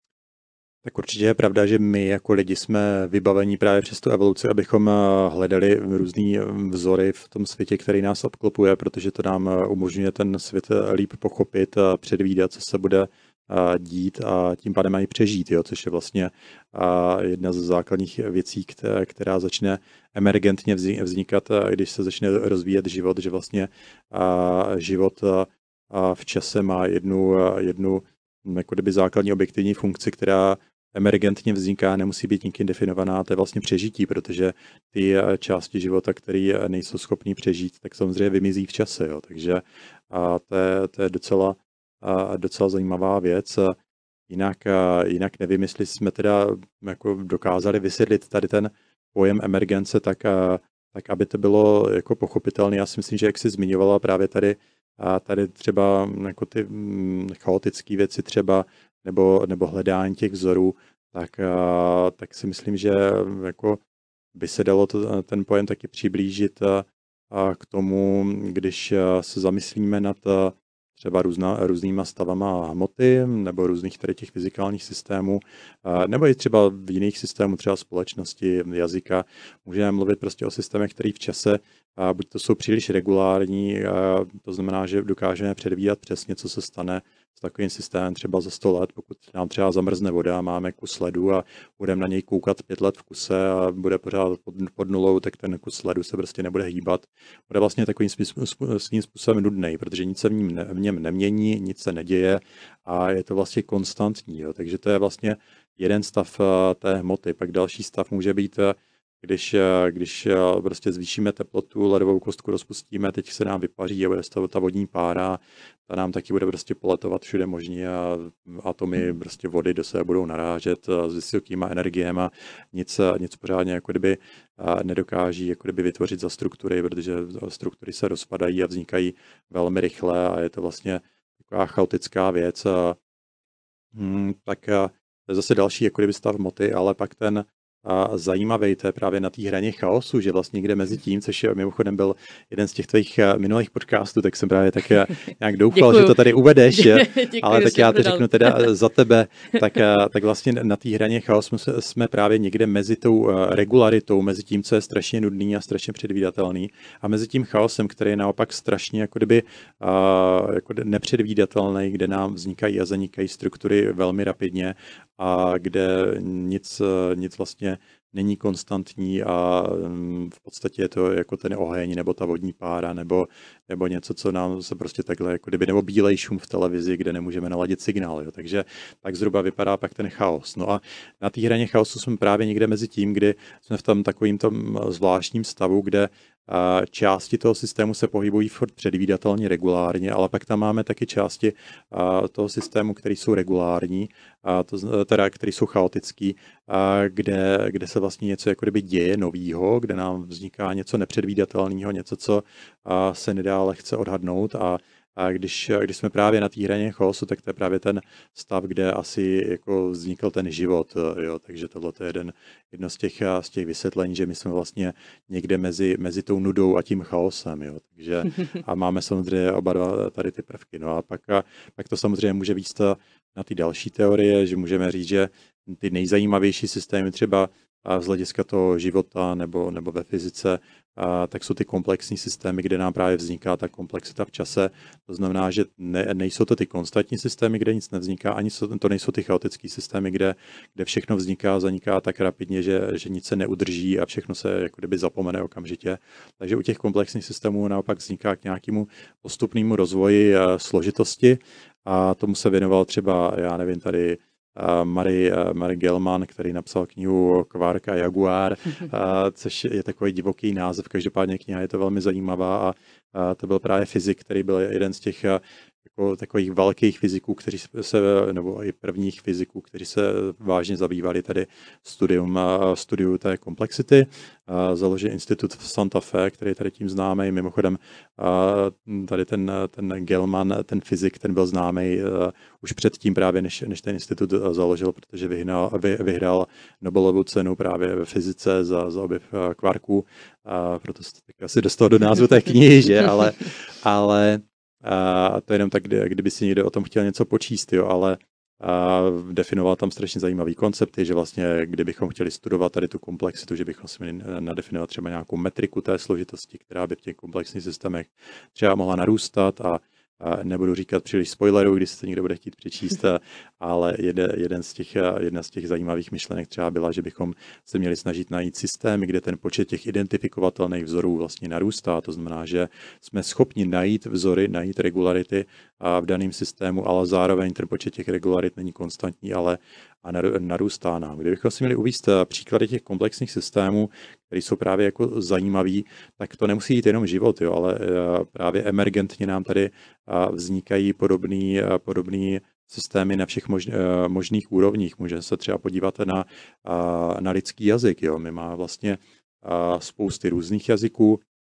Tak určitě je pravda, že my jako lidi jsme vybavení právě přes tu evoluci, abychom hledali různý vzory v tom světě, který nás obklopuje, protože to nám umožňuje ten svět líp pochopit, předvídat, co se bude dít a tím pádem i přežít, jo, což je vlastně jedna z základních věcí, která začne emergentně vznikat, když se začne rozvíjet život, že vlastně život v čase má jednu, jednu jako kdyby základní objektivní funkci, která emergentně vzniká, nemusí být nikým definovaná, to je vlastně přežití, protože ty části života, které nejsou schopný přežít, tak samozřejmě vymizí v čase, jo, takže a to, je, to je docela a docela zajímavá věc. Jinak, jinak nevím, jestli jsme teda jako dokázali vysvětlit tady ten pojem emergence, tak, tak aby to bylo jako pochopitelné. Já si myslím, že jak jsi zmiňovala právě tady, tady třeba jako ty chaotické věci třeba, nebo, nebo hledání těch vzorů, tak, tak si myslím, že jako by se dalo to, ten pojem taky přiblížit k tomu, když se zamyslíme nad třeba různá, různýma stavama hmoty nebo různých tady těch fyzikálních systémů, nebo i třeba v jiných systémů, třeba společnosti, jazyka. Můžeme mluvit prostě o systémech, které v čase buď to jsou příliš regulární, to znamená, že dokážeme předvídat přesně, co se stane s takovým systémem třeba za sto let, pokud nám třeba zamrzne voda, máme kus ledu a budeme na něj koukat pět let v kuse a bude pořád pod, pod nulou, tak ten kus ledu se prostě nebude hýbat. Bude vlastně takovým svým způsobem nudný, protože nic se v, ním, v něm nemění, nic se neděje a je to vlastně konstantní. Jo. Takže to je vlastně jeden stav té hmoty. Pak další stav může být, Když, když prostě zvýšíme teplotu, ledovou kostku rozpustíme, teď se nám vypaří a bude z toho ta vodní pára, ta nám taky bude prostě poletovat všude možně a atomy prostě vody do sebe budou narážet s vysokýma energiemi a nic, nic pořádně jako kdyby nedokáží jako kdyby vytvořit za struktury, protože struktury se rozpadají a vznikají velmi rychle a je to vlastně taková chaotická věc. Hmm, tak to je zase další jako kdyby stav hmoty, ale pak ten a zajímavý, to je právě na té hraně chaosu, že vlastně někde mezi tím, což je mimochodem byl jeden z těch tvých minulých podcastů, tak jsem právě tak nějak doufal, že to tady uvedeš, Děkuji, ale tak já to řeknu teda za tebe, tak, tak vlastně na té hraně chaosu jsme právě někde mezi tou regularitou, mezi tím, co je strašně nudný a strašně předvídatelný a mezi tím chaosem, který je naopak strašně jako kdyby jako nepředvídatelný, kde nám vznikají a zanikají struktury velmi rapidně a kde nic, nic vlastně není konstantní a v podstatě je to jako ten oheň nebo ta vodní pára nebo, nebo něco, co nám se prostě takhle, jako kdyby, nebo bílej šum v televizi, kde nemůžeme naladit signál. Jo. Takže tak zhruba vypadá pak ten chaos. No a na té hraně chaosu jsme právě někde mezi tím, kdy jsme v tom takovým tom zvláštním stavu, kde části toho systému se pohybují furt předvídatelně regulárně, ale pak tam máme taky části toho systému, které jsou regulární, to, teda které jsou chaotický, kde, kde se vlastně něco jako kdyby děje novýho, kde nám vzniká něco nepředvídatelného, něco, co se nedá lehce odhadnout a A když, když jsme právě na té hraně chaosu, tak to je právě ten stav, kde asi jako vznikl ten život. Jo. Takže tohle je jeden, jedno z těch, z těch vysvětlení, že my jsme vlastně někde mezi, mezi tou nudou a tím chaosem. Jo. Takže, a máme samozřejmě oba dva tady ty prvky. No a pak, a pak to samozřejmě může víc na ty další teorie, že můžeme říct, že ty nejzajímavější systémy třeba z hlediska toho života nebo, nebo ve fyzice, a tak jsou ty komplexní systémy, kde nám právě vzniká ta komplexita v čase. To znamená, že ne, nejsou to ty konstantní systémy, kde nic nevzniká, ani to nejsou ty chaotické systémy, kde, kde všechno vzniká, zaniká tak rapidně, že, že nic se neudrží a všechno se jako kdyby zapomene okamžitě. Takže u těch komplexních systémů naopak vzniká k nějakému postupnému rozvoji složitosti a tomu se věnoval třeba, já nevím, tady Murray, Murray Gell-Mann, který napsal knihu Quark a Jaguar, což je takový divoký název, každopádně kniha je to velmi zajímavá a to byl právě fyzik, který byl jeden z těch jako takových velkých fyziků, kteří se, nebo i prvních fyziků, kteří se vážně zabývali tady studium, studiu té komplexity. Založil institut v Santa Fe, který je tady tím známý. Mimochodem tady ten, ten Gell-Mann, ten fyzik, ten byl známý už předtím právě, než, než ten institut založil, protože vyhnal, vy, vyhrál Nobelovu cenu právě ve fyzice za, za objev kvarků. Proto se tak asi dostal do názvu té knihy, že? Ale, ale a to jenom tak, kdyby si někdo o tom chtěl něco počíst, jo, ale a definoval tam strašně zajímavý koncepty, že vlastně kdybychom chtěli studovat tady tu komplexitu, že bychom si měli nadefinovat třeba nějakou metriku té složitosti, která by v těch komplexních systémech třeba mohla narůstat a A nebudu říkat příliš spoilerů, když se to někdo bude chtít přečíst, ale jeden, jeden z těch, jedna z těch zajímavých myšlenek třeba byla, že bychom se měli snažit najít systémy, kde ten počet těch identifikovatelných vzorů vlastně narůstá. To znamená, že jsme schopni najít vzory, najít regularity v daném systému, ale zároveň ten počet těch regularit není konstantní, ale a narůstá nám. Kdybychom si měli uvést příklady těch komplexních systémů, které jsou právě jako zajímavý, tak to nemusí jít jenom život, jo, ale právě emergentně nám tady vznikají podobný, podobný systémy na všech možn, možných úrovních. Můžeme se třeba podívat na, na lidský jazyk. Jo. My máme vlastně spousty různých jazyků,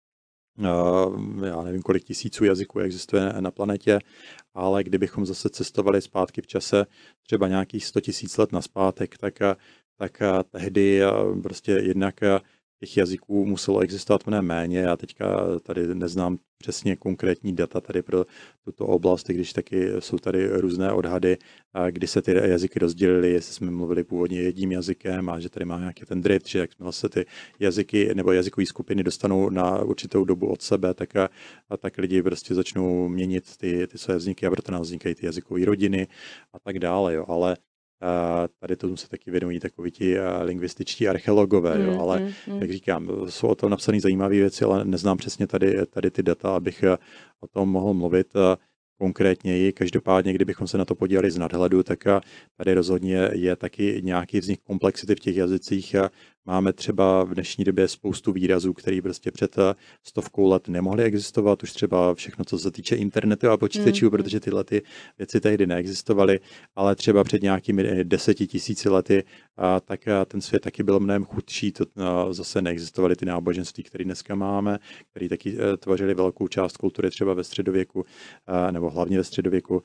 já nevím, kolik tisíců jazyků existuje na planetě, ale kdybychom zase cestovali zpátky v čase třeba nějakých sto tisíc let naspátek, tak, tak tehdy prostě jednak těch jazyků muselo existovat mnohem méně. Já teďka tady neznám přesně konkrétní data tady pro tuto oblast, když taky jsou tady různé odhady, kdy se ty jazyky rozdělily, jestli jsme mluvili původně jedním jazykem a že tady má nějaký ten drift, že jakmile se ty jazyky nebo jazykové skupiny dostanou na určitou dobu od sebe, tak, a, a tak lidi prostě začnou měnit ty, ty své jazyky a proto nám vznikají ty jazykové rodiny a tak dále. Jo. Ale Uh, tady tomu se taky věnují takoví ti uh, lingvističtí archeologové, mm, jo, ale mm, mm. jak říkám, jsou o tom napsané zajímavé věci, ale neznám přesně tady, tady ty data, abych uh, o tom mohl mluvit uh, konkrétněji. Každopádně, kdybychom se na to podívali z nadhledu, tak uh, tady rozhodně je taky nějaký vznik komplexity v těch jazycích. Uh, máme třeba v dnešní době spoustu výrazů, které prostě před uh, stovkou let nemohly existovat, už třeba všechno, co se týče internetu a počítačů, mm, protože tyhle ty věci tehdy neexistovaly, ale třeba před nějakými deseti tisíci lety, a tak a ten svět taky byl mnohem chudší, to a zase neexistovaly ty náboženství, které dneska máme, které taky tvořily velkou část kultury třeba ve středověku, a, nebo hlavně ve středověku.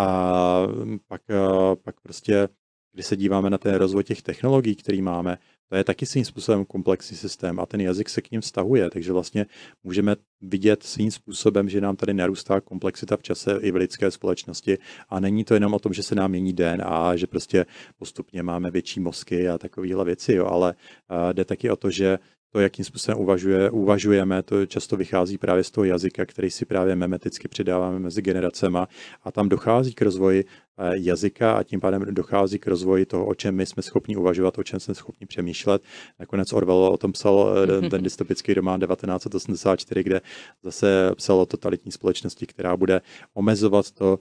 A pak, a, pak prostě, když se díváme na ten rozvoj těch technologií, které máme, to je taky svým způsobem komplexní systém a ten jazyk se k ním vztahuje, takže vlastně můžeme vidět svým způsobem, že nám tady narůstá komplexita v čase i v lidské společnosti a není to jenom o tom, že se nám mění D N A, že prostě postupně máme větší mozky a takovéhle věci, jo, ale jde taky o to, že to, jakým způsobem uvažuje, uvažujeme, to často vychází právě z toho jazyka, který si právě memeticky předáváme mezi generacema a tam dochází k rozvoji jazyka a tím pádem dochází k rozvoji toho, o čem my jsme schopni uvažovat, o čem jsme schopni přemýšlet. Nakonec Orwell o tom psal ten dystopický román devatenáct set osmdesát čtyři, kde zase psal o totalitní společnosti, která bude omezovat to,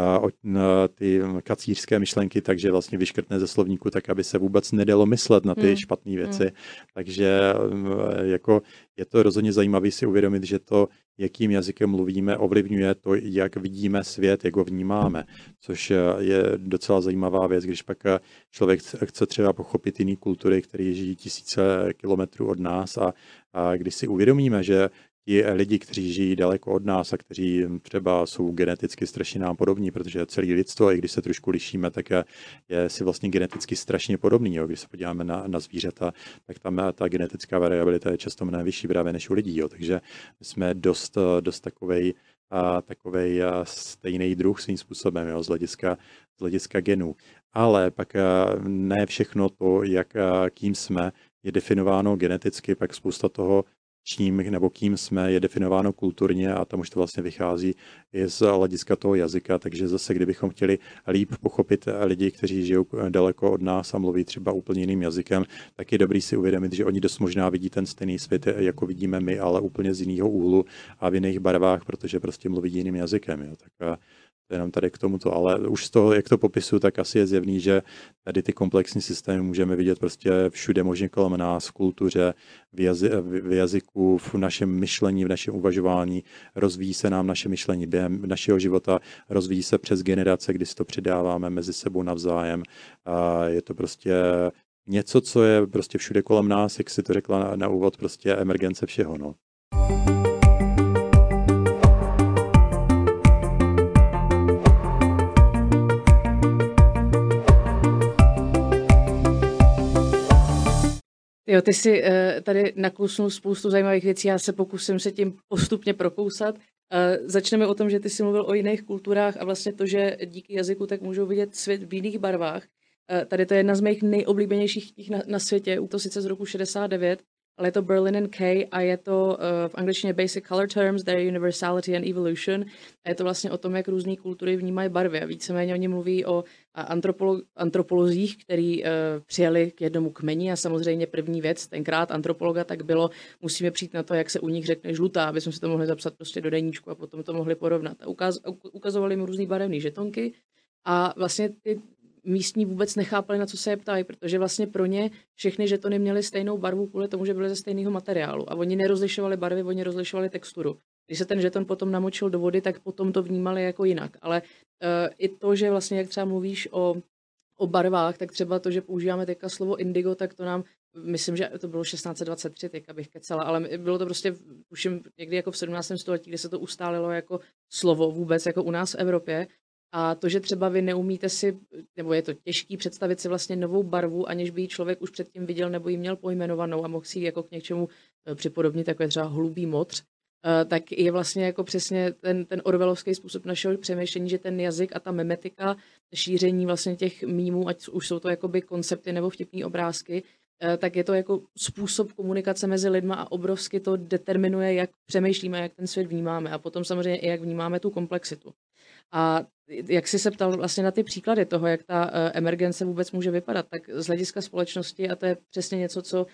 ty kacířské myšlenky, takže vlastně vyškrtne ze slovníku tak, aby se vůbec nedalo myslet na ty hmm. špatné věci. Hmm. Takže jako je to rozhodně zajímavé si uvědomit, že to, jakým jazykem mluvíme, ovlivňuje to, jak vidíme svět, jak ho vnímáme, což je docela zajímavá věc, když pak člověk chce třeba pochopit jiný kultury, které žijí tisíce kilometrů od nás a, a když si uvědomíme, že ti lidi, kteří žijí daleko od nás a kteří třeba jsou geneticky strašně nám podobní, protože celé lidstvo, i když se trošku lišíme, tak je, je si vlastně geneticky strašně podobný. Jo. Když se podíváme na, na zvířata, tak tam ta genetická variabilita je často mnohem vyšší právě než u lidí. Jo. Takže jsme dost, dost takovej, a, takovej a stejný druh svým způsobem, jo, z hlediska, z hlediska genů. Ale pak a, ne všechno to, jak a, kým jsme, je definováno geneticky, pak spousta toho, čím nebo kým jsme, je definováno kulturně a tam už to vlastně vychází i z hlediska toho jazyka, takže zase, kdybychom chtěli líp pochopit lidi, kteří žijou daleko od nás a mluví třeba úplně jiným jazykem, tak je dobrý si uvědomit, že oni dost možná vidí ten stejný svět, jako vidíme my, ale úplně z jiného úhlu a v jiných barvách, protože prostě mluví jiným jazykem. Jo. Tak jenom tady k tomuto, ale už z toho, jak to popisuju, tak asi je zjevný, že tady ty komplexní systémy můžeme vidět prostě všude možně kolem nás, v kultuře, v, jazy, v jazyku, v našem myšlení, v našem uvažování. Rozvíjí se nám naše myšlení během našeho života, rozvíjí se přes generace, kdy si to předáváme mezi sebou navzájem. A je to prostě něco, co je prostě všude kolem nás, jak si to řekla na, na úvod, prostě emergence všeho, no. Jo, ty jsi uh, tady nakousnul spoustu zajímavých věcí, já se pokusím se tím postupně prokousat. Uh, začneme o tom, že ty jsi mluvil o jiných kulturách a vlastně to, že díky jazyku tak můžou vidět svět v jiných barvách. Uh, tady to je jedna z mých nejoblíbenějších knih na, na světě, to sice z roku šedesát devět, ale je to Berlin and Kay a je to uh, v angličtině Basic Color Terms, Their Universality and Evolution. A je to vlastně o tom, jak různé kultury vnímají barvy. A víceméně oni mluví o antropolo- antropolozích, který uh, přijeli k jednomu kmeni a samozřejmě první věc, tenkrát antropologa, tak bylo, musíme přijít na to, jak se u nich řekne žlutá, aby jsme si to mohli zapsat prostě do deníčku a potom to mohli porovnat. A ukaz- ukazovali jim různý barevné žetonky a vlastně ty místní vůbec nechápali, na co se je ptají, protože vlastně pro ně všechny žetony měly stejnou barvu kvůli tomu, že byly ze stejného materiálu. A oni nerozlišovali barvy, oni rozlišovali texturu. Když se ten žeton potom namočil do vody, tak potom to vnímali jako jinak. Ale uh, i to, že vlastně, jak třeba mluvíš o, o barvách, tak třeba to, že používáme teďka slovo indigo, tak to nám, myslím, že to bylo šestnáct dvacet tři, teďka bych kecala, ale bylo to prostě, tuším, někdy jako v sedmnáctém století, kdy se to ustálilo jako slovo vůbec, jako u nás v Evropě. A to, že třeba vy neumíte si, nebo je to těžký představit si vlastně novou barvu, aniž by ji člověk už předtím viděl nebo ji měl pojmenovanou a mohl si ji jako k něčemu připodobnit, jako je třeba hlubý modř, tak je vlastně jako přesně ten, ten orwellovský způsob našeho přemýšlení, že ten jazyk a ta memetika, šíření vlastně těch mýmů, ať už jsou to jakoby koncepty nebo vtipný obrázky, tak je to jako způsob komunikace mezi lidma a obrovsky to determinuje, jak přemýšlíme, jak ten svět vnímáme a potom samozřejmě i jak vnímáme tu komplexitu. A jak jsi se ptal vlastně na ty příklady toho, jak ta emergence vůbec může vypadat, tak z hlediska společnosti, a to je přesně něco, co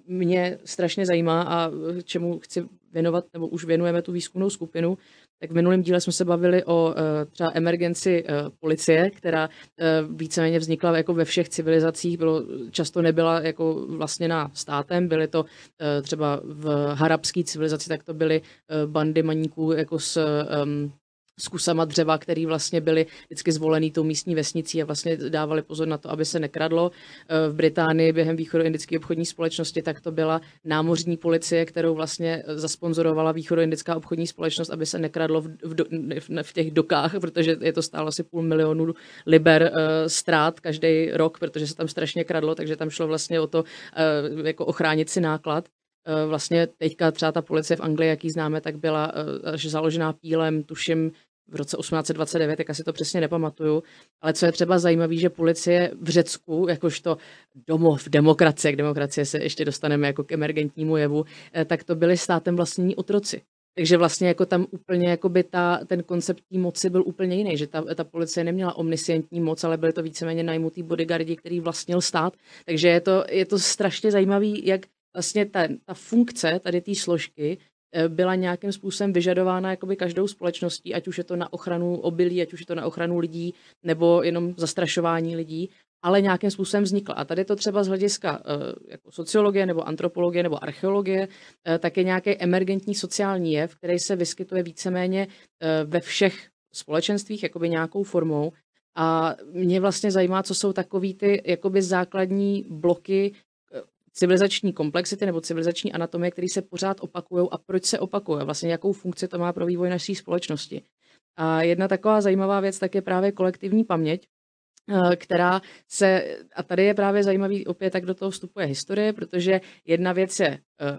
mě strašně zajímá a čemu chci věnovat, nebo už věnujeme tu výzkumnou skupinu, tak v minulém díle jsme se bavili o třeba emergenci policie, která víceméně vznikla jako ve všech civilizacích, bylo, často nebyla jako vlastněná státem, byly to třeba v harabské civilizaci, tak to byly bandy maníků jako s um, s kusama dřeva, který vlastně byly vždycky zvolený tou místní vesnicí a vlastně dávali pozor na to, aby se nekradlo. V Británii během východoindické obchodní společnosti tak to byla námořní policie, kterou vlastně zasponzorovala východoindická obchodní společnost, aby se nekradlo v, v, do, v, v těch dokách, protože je to stálo asi půl milionu liber uh, ztrát každý rok, protože se tam strašně kradlo, takže tam šlo vlastně o to uh, jako ochránit si náklad. Vlastně teďka třeba ta policie v Anglii, jak ji známe, tak byla až založená Pílem, tuším v roce osmnáct dvacet devět, tak asi to přesně nepamatuju. Ale co je třeba zajímavé, že policie v Řecku, jakožto domov demokracie, k demokracie se ještě dostaneme jako k emergentnímu jevu, tak to byli státem vlastní otroci. Takže vlastně jako tam úplně jakoby ta, ten koncept té moci byl úplně jiný, že ta, ta policie neměla omniscientní moc, ale byly to víceméně najmutý bodyguardi, který vlastnil stát. Takže je to, je to strašně zajímavý, jak vlastně ta, ta funkce tady té složky byla nějakým způsobem vyžadována jakoby každou společností, ať už je to na ochranu obilí, ať už je to na ochranu lidí, nebo jenom zastrašování lidí, ale nějakým způsobem vznikla. A tady to třeba z hlediska jako sociologie nebo antropologie nebo archeologie, tak je nějaký emergentní sociální jev, který se vyskytuje víceméně ve všech společenstvích jakoby nějakou formou. A mě vlastně zajímá, co jsou takový ty jakoby základní bloky civilizační komplexity nebo civilizační anatomie, které se pořád opakují a proč se opakují, vlastně jakou funkci to má pro vývoj naší společnosti. A jedna taková zajímavá věc tak je právě kolektivní paměť, která se, a tady je právě zajímavý opět, tak do toho vstupuje historie, protože jedna věc je,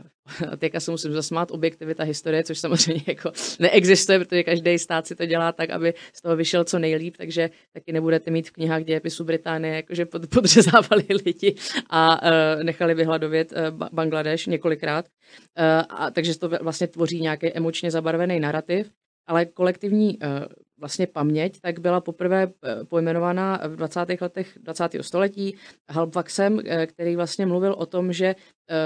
a teďka se musím zasmát, objektivita historie, což samozřejmě jako neexistuje, protože každý stát si to dělá tak, aby z toho vyšel co nejlíp, takže taky nebudete mít v knihách dějepisu Británie, jakože podřezávali lidi a nechali vyhladovět Bangladeš několikrát. A takže to vlastně tvoří nějaký emočně zabarvený narrativ, ale kolektivní vlastně paměť, tak byla poprvé pojmenovaná v dvacátých letech dvacátého století Halbwachsem, který vlastně mluvil o tom, že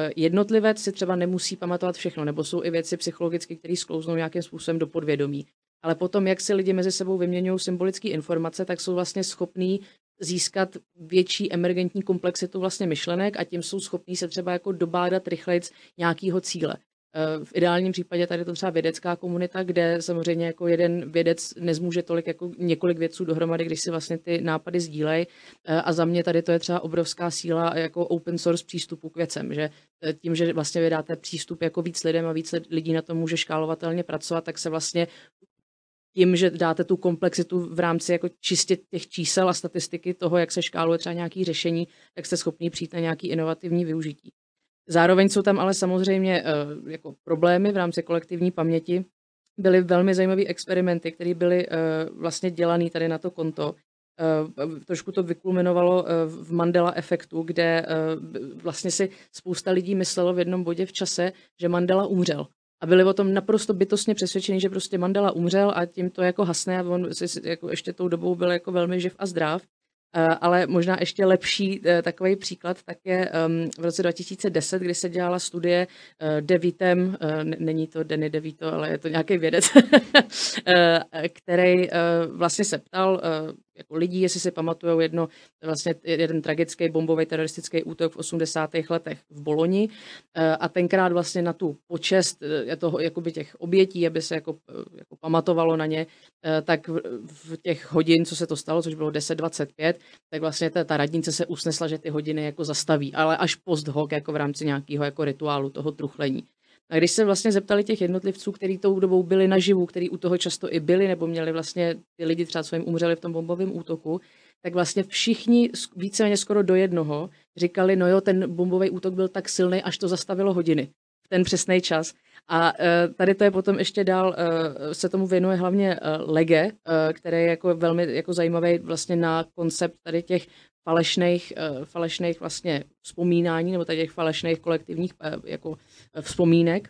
jednotlivec si třeba nemusí pamatovat všechno, nebo jsou i věci psychologické, které sklouznou nějakým způsobem do podvědomí. ale potom, jak si lidi mezi sebou vyměňují symbolické informace, tak jsou vlastně schopní získat větší emergentní komplexitu vlastně myšlenek a tím jsou schopní se třeba jako dobádat rychlejc nějakého cíle. V ideálním případě tady to třeba vědecká komunita, kde samozřejmě jako jeden vědec nezmůže tolik jako několik vědců dohromady, když si vlastně ty nápady sdílejí. A za mě tady to je třeba obrovská síla jako open source přístupu k věcem, že tím, že vlastně vydáte přístup jako víc lidem a víc lidí na tom může škálovatelně pracovat, tak se vlastně tím, že dáte tu komplexitu v rámci jako čistě těch čísel a statistiky toho, jak se škáluje třeba nějaké řešení, tak jste schopni přijít na nějaké inovativní využití. Zároveň jsou tam ale samozřejmě uh, jako problémy v rámci kolektivní paměti. Byly velmi zajímavé experimenty, které byly uh, vlastně dělané tady na to konto. Uh, trošku to vykulminovalo uh, v Mandela efektu, kde uh, vlastně si spousta lidí myslelo v jednom bodě v čase, že Mandela umřel. A byli o tom naprosto bytostně přesvědčení, že prostě Mandela umřel a tím to jako hasne a on si jako ještě tou dobou byl jako velmi živ a zdrav. Ale možná ještě lepší takový příklad tak je v roce dva tisíce deset, kdy se dělala studie DeVitem, není to Danny DeVito, ale je to nějaký vědec, který vlastně se ptal jako lidí, jestli si pamatujou jedno, vlastně jeden tragický bombový teroristický útok v osmdesátých letech v Boloni a tenkrát vlastně na tu počest toho, jakoby těch obětí, aby se jako, jako pamatovalo na ně, tak v těch hodin, co se to stalo, což bylo deset dvacet pět, tak vlastně ta, ta radnice se usnesla, že ty hodiny jako zastaví, ale až post hoc, jako v rámci nějakého jako rituálu toho truchlení. A když se vlastně zeptali těch jednotlivců, kteří tou dobou byli naživu, kteří u toho často i byli, nebo měli vlastně ty lidi třeba, co jim umřeli v tom bombovém útoku, tak vlastně všichni víceméně skoro do jednoho říkali, no jo, ten bombový útok byl tak silný, až to zastavilo hodiny v ten přesný čas. A tady to je potom ještě dál, se tomu věnuje hlavně Lege, který je jako velmi jako zajímavý vlastně na koncept tady těch falešných, falešných vlastně vzpomínání nebo tady těch falešných kolektivních jako vzpomínek.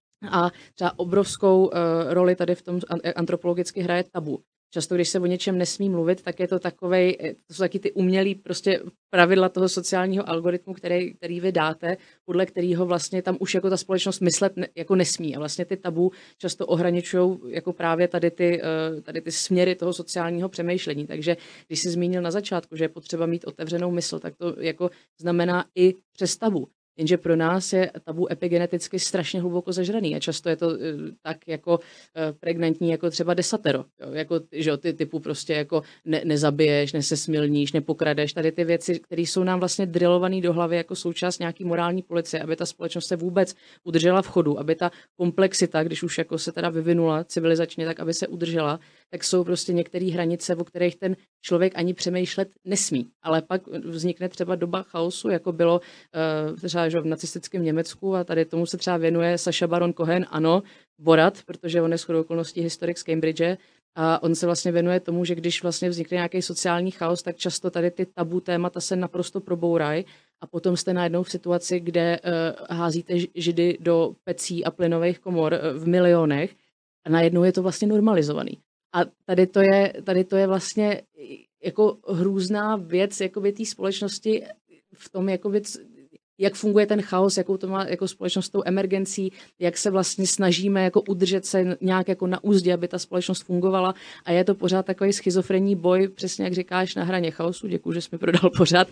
A třeba obrovskou roli tady v tom antropologicky hraje tabu. Často, když se o něčem nesmí mluvit, tak je to takovej, to jsou taky ty umělý prostě pravidla toho sociálního algoritmu, který, který vy dáte, podle kterého vlastně tam už jako ta společnost myslet ne, jako nesmí. A vlastně ty tabu často ohraničují jako právě tady ty, tady ty směry toho sociálního přemýšlení. Takže když jsi zmínil na začátku, že je potřeba mít otevřenou mysl, tak to jako znamená i přes tabu. Jenže pro nás je tabu epigeneticky strašně hluboko zažraný a často je to uh, tak jako uh, pregnantní jako třeba desatero. Jo? Jako, že ty typu prostě jako ne, nezabiješ, nesesmilníš, nepokradeš. Tady ty věci, které jsou nám vlastně drillované do hlavy jako součást nějaký morální policie, aby ta společnost se vůbec udržela v chodu, aby ta komplexita, když už jako se teda vyvinula civilizačně, tak aby se udržela, tak jsou prostě některé hranice, o kterých ten člověk ani přemýšlet nesmí. Ale pak vznikne třeba doba chaosu, jako bylo uh, třeba že v nacistickém Německu a tady tomu se třeba věnuje Sacha Baron Cohen, ano, Borat, protože on je shodou okolností historik z Cambridge a on se vlastně věnuje tomu, že když vlastně vznikne nějaký sociální chaos, tak často tady ty tabu témata se naprosto probourají a potom jste najednou v situaci, kde uh, házíte židy do pecí a plynových komor uh, v milionech a najednou je to vlastně normalizovaný. A tady to je, tady to je vlastně jako hrůzná věc jakoby té společnosti v tom, jakoby, jak funguje ten chaos, jakou to má jako společnost s tou emergencí, jak se vlastně snažíme jako udržet se nějak jako na úzdě, aby ta společnost fungovala a je to pořád takový schizofrenní boj, přesně jak říkáš, na hraně chaosu, děkuji, že jsi mi prodal pořád,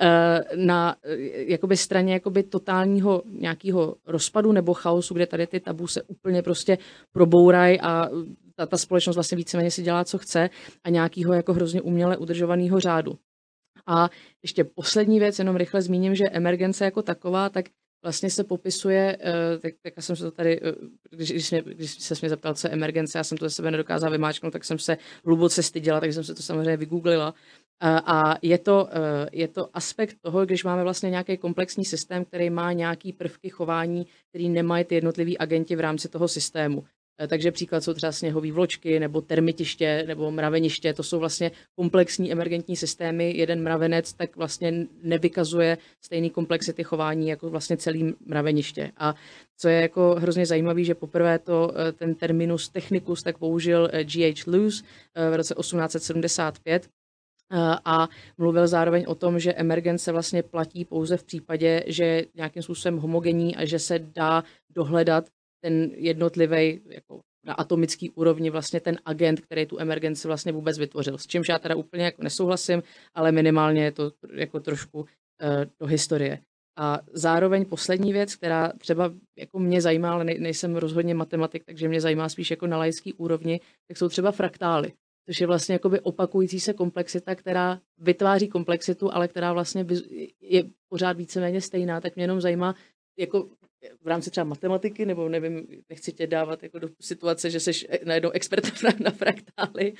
na jakoby straně jakoby totálního nějakého rozpadu nebo chaosu, kde tady ty tabu se úplně prostě probourají a ta, ta společnost vlastně víceméně si dělá, co chce a nějakého jako hrozně uměle udržovaného řádu. A ještě poslední věc, jenom rychle zmíním, že emergence jako taková, tak vlastně se popisuje, tak, tak já jsem se to tady, když, když, mě, když se mě zeptal, co je emergence, já jsem to ze sebe nedokázala vymáčknout, tak jsem se hluboce styděla, takže jsem se to samozřejmě vygooglila. A je to, je to aspekt toho, když máme vlastně nějaký komplexní systém, který má nějaký prvky chování, který nemají ty jednotliví agenti v rámci toho systému. Takže příklad jsou třeba sněhové vločky nebo termitiště nebo mraveniště. To jsou vlastně komplexní emergentní systémy. Jeden mravenec tak vlastně nevykazuje stejný komplexity chování jako vlastně celý mraveniště. A co je jako hrozně zajímavé, že poprvé to ten terminus technicus tak použil G H Lewes v roce osmnáct set sedmdesát pět. A mluvil zároveň o tom, že emergence vlastně platí pouze v případě, že je nějakým způsobem homogenní a že se dá dohledat ten jednotlivý jako na atomický úrovni vlastně ten agent, který tu emergenci vlastně vůbec vytvořil. S čímž já teda úplně jako nesouhlasím, ale minimálně je to jako trošku uh, do historie. A zároveň poslední věc, která třeba jako mě zajímá, ale nejsem rozhodně matematik, takže mě zajímá spíš jako na laický úrovni, tak jsou třeba fraktály, což je vlastně jakoby opakující se komplexita, která vytváří komplexitu, ale která vlastně je pořád víceméně stejná. Tak mě jenom zajímá, jako v rámci třeba matematiky, nebo nevím, nechci tě dávat jako do situace, že jsi najednou expert na fraktály,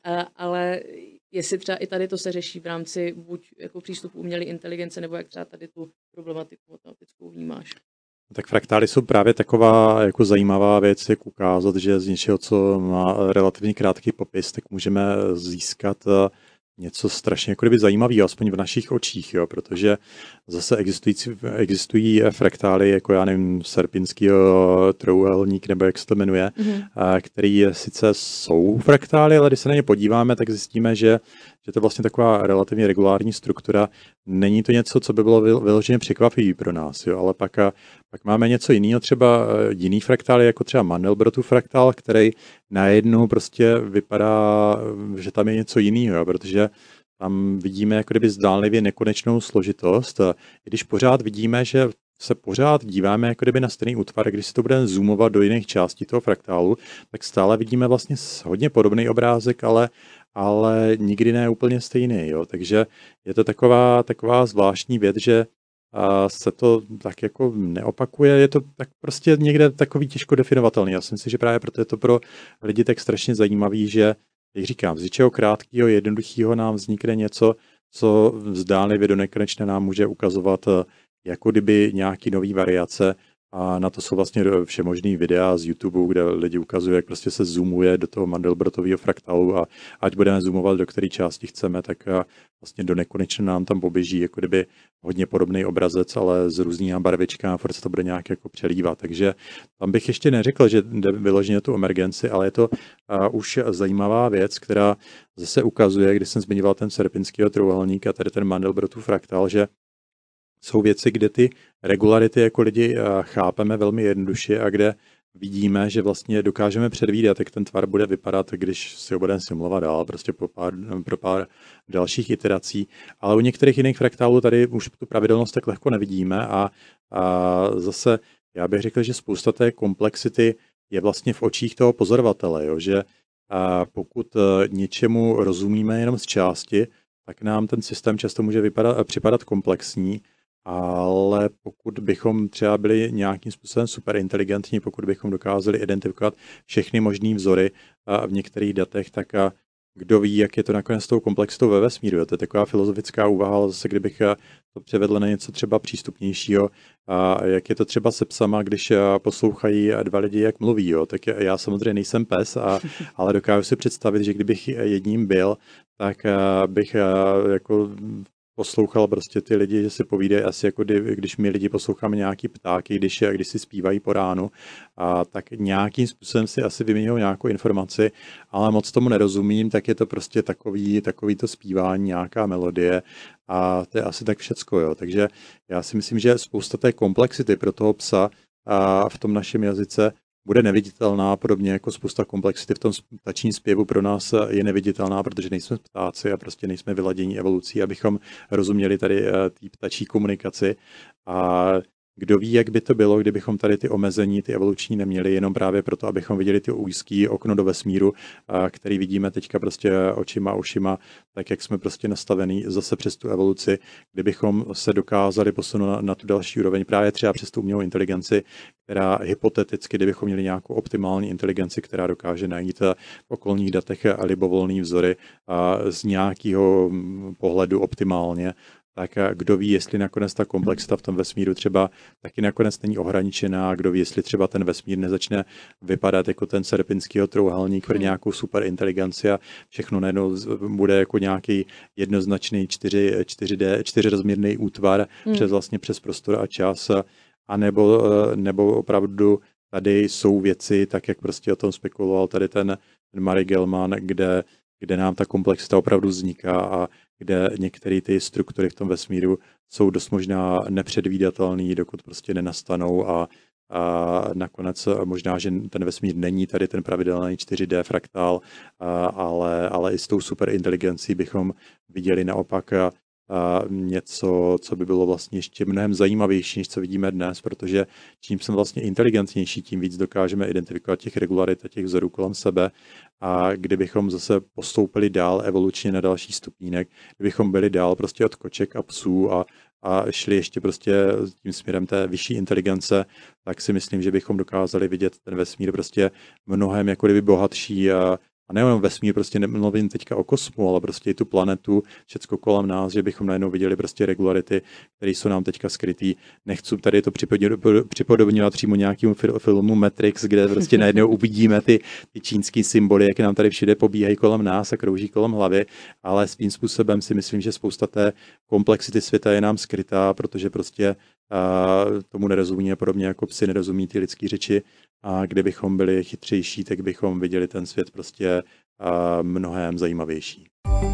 ale jestli třeba i tady to se řeší v rámci buď jako přístupu umělé inteligence, nebo jak třeba tady tu problematiku matematickou vnímáš. Tak fraktály jsou právě taková jako zajímavá věc, jak ukázat, že z něčeho, co má relativně krátký popis, tak můžeme získat něco strašně jako kdyby zajímavého, aspoň v našich očích, jo, protože zase existují, existují fraktály, jako já nevím, Sierpinskýho trojúhelník, nebo jak se to jmenuje, mm-hmm. který sice jsou fraktály, ale když se na ně podíváme, tak zjistíme, že, že to je vlastně taková relativně regulární struktura. Není to něco, co by bylo vyloženě překvapivé pro nás, jo, ale pak, pak máme něco jiného, třeba jiný fraktály, jako třeba Mandelbrotův fraktál, který najednou prostě vypadá, že tam je něco jiného, protože tam vidíme jako kdyby zdánlivě nekonečnou složitost, i když pořád vidíme, že se pořád díváme jako kdyby na stejný útvar, když si to budeme zoomovat do jiných částí toho fraktálu, tak stále vidíme vlastně hodně podobný obrázek, ale, ale nikdy ne úplně stejný. Jo. Takže je to taková, taková zvláštní věc, že a se to tak jako neopakuje, je to tak prostě někde takový těžko definovatelný. Já si myslím, že právě proto je to pro lidi tak strašně zajímavý, že, jak říkám, z něčeho krátkého, jednoduchého nám vznikne něco, co zdánlivě do nekonečna nám může ukazovat jako kdyby nějaký nový variace, a na to jsou vlastně všemožný videa z YouTube, kde lidi ukazují, jak prostě se zoomuje do toho Mandelbrotového fraktálu a ať budeme zoomovat do které části chceme, tak vlastně do nekonečna nám tam poběží jako kdyby hodně podobný obrazec, ale s různýma barvičkami, furt se to bude nějak jako přelívat. Takže tam bych ještě neřekl, že jde vyloženě tu emergenci, ale je to uh, už zajímavá věc, která zase ukazuje, když jsem zmiňoval ten Sierpinskýho trojúhelník a tady ten Mandelbrotův fraktál, že jsou věci, kde ty regularity jako lidi chápeme velmi jednoduše a kde vidíme, že vlastně dokážeme předvídat, jak ten tvar bude vypadat, když si ho budeme simulovat dál, prostě pro pár, pro pár dalších iterací. Ale u některých jiných fraktálů tady už tu pravidelnost tak lehko nevidíme a, a zase já bych řekl, že spousta té komplexity je vlastně v očích toho pozorovatele, jo? Že a pokud něčemu rozumíme jenom z části, tak nám ten systém často může vypadat, připadat komplexní, ale pokud bychom třeba byli nějakým způsobem superinteligentní, pokud bychom dokázali identifikovat všechny možné vzory v některých datech, tak kdo ví, jak je to nakonec s tou komplexitou ve vesmíru. To je taková filozofická úvaha, ale zase kdybych to převedl na něco třeba přístupnějšího, a jak je to třeba se psama, když poslouchají dva lidi, jak mluví. Jo. Tak já samozřejmě nejsem pes, a, ale dokážu si představit, že kdybych jedním byl, tak bych jako poslouchal prostě ty lidi, že si povídají asi jako když my lidi posloucháme nějaký ptáky, když, když si zpívají po ránu, a tak nějakým způsobem si asi vyměňují nějakou informaci, ale moc tomu nerozumím, tak je to prostě takový, takový to zpívání, nějaká melodie a to je asi tak všecko. Jo. Takže já si myslím, že spousta té komplexity pro toho psa a v tom našem jazyce bude neviditelná, podobně jako spousta komplexity v tom ptačím zpěvu pro nás je neviditelná, protože nejsme ptáci a prostě nejsme vyladění evolucí, abychom rozuměli tady té ptačí komunikaci. A kdo ví, jak by to bylo, kdybychom tady ty omezení, ty evoluční neměli, jenom právě proto, abychom viděli ty úzký okno do vesmíru, který vidíme teďka prostě očima, ušima, tak jak jsme prostě nastavení zase přes tu evoluci, kdybychom se dokázali posunout na, na tu další úroveň, právě třeba přes tu umělou inteligenci, která hypoteticky, kdybychom měli nějakou optimální inteligenci, která dokáže najít v okolních datech libovolný vzory a z nějakého pohledu optimálně, tak kdo ví, jestli nakonec ta komplexita v tom vesmíru třeba taky nakonec není ohraničená, kdo ví, jestli třeba ten vesmír nezačne vypadat jako ten Sierpinskýho trojúhelník, který nějakou super inteligenci a všechno najednou bude jako nějaký jednoznačný čtyři dé, čtyřirozměrný útvar hmm. přes vlastně přes prostor a čas, a nebo, nebo opravdu tady jsou věci, tak jak prostě o tom spekuloval tady ten, ten Murray Gell-Mann, kde, kde nám ta komplexita opravdu vzniká a kde některé ty struktury v tom vesmíru jsou dost možná nepředvídatelné, dokud prostě nenastanou a, a nakonec možná, že ten vesmír není tady ten pravidelný čtyři dé fraktál, ale, ale i s tou superinteligencí bychom viděli naopak něco, co by bylo vlastně ještě mnohem zajímavější, než co vidíme dnes, protože čím jsme vlastně inteligentnější, tím víc dokážeme identifikovat těch regularit a těch vzorů kolem sebe. A kdybychom zase postoupili dál evolučně na další stupínek, kdybychom byli dál prostě od koček a psů a, a šli ještě prostě tím směrem té vyšší inteligence, tak si myslím, že bychom dokázali vidět ten vesmír prostě mnohem jako kdyby bohatší a A nejenom vesmír, prostě nemluvím teďka o kosmu, ale prostě i tu planetu, všecko kolem nás, že bychom najednou viděli prostě regularity, které jsou nám teďka skrytý. Nechci tady to připodobňovat přímo nějakému filmu Matrix, kde prostě najednou uvidíme ty, ty čínský symboly, jak nám tady všude pobíhají kolem nás a krouží kolem hlavy, ale svým způsobem si myslím, že spousta té komplexity světa je nám skrytá, protože prostě a tomu nerozumí a podobně jako psi nerozumí ty lidské řeči. A kdybychom byli chytřejší, tak bychom viděli ten svět prostě mnohem zajímavější.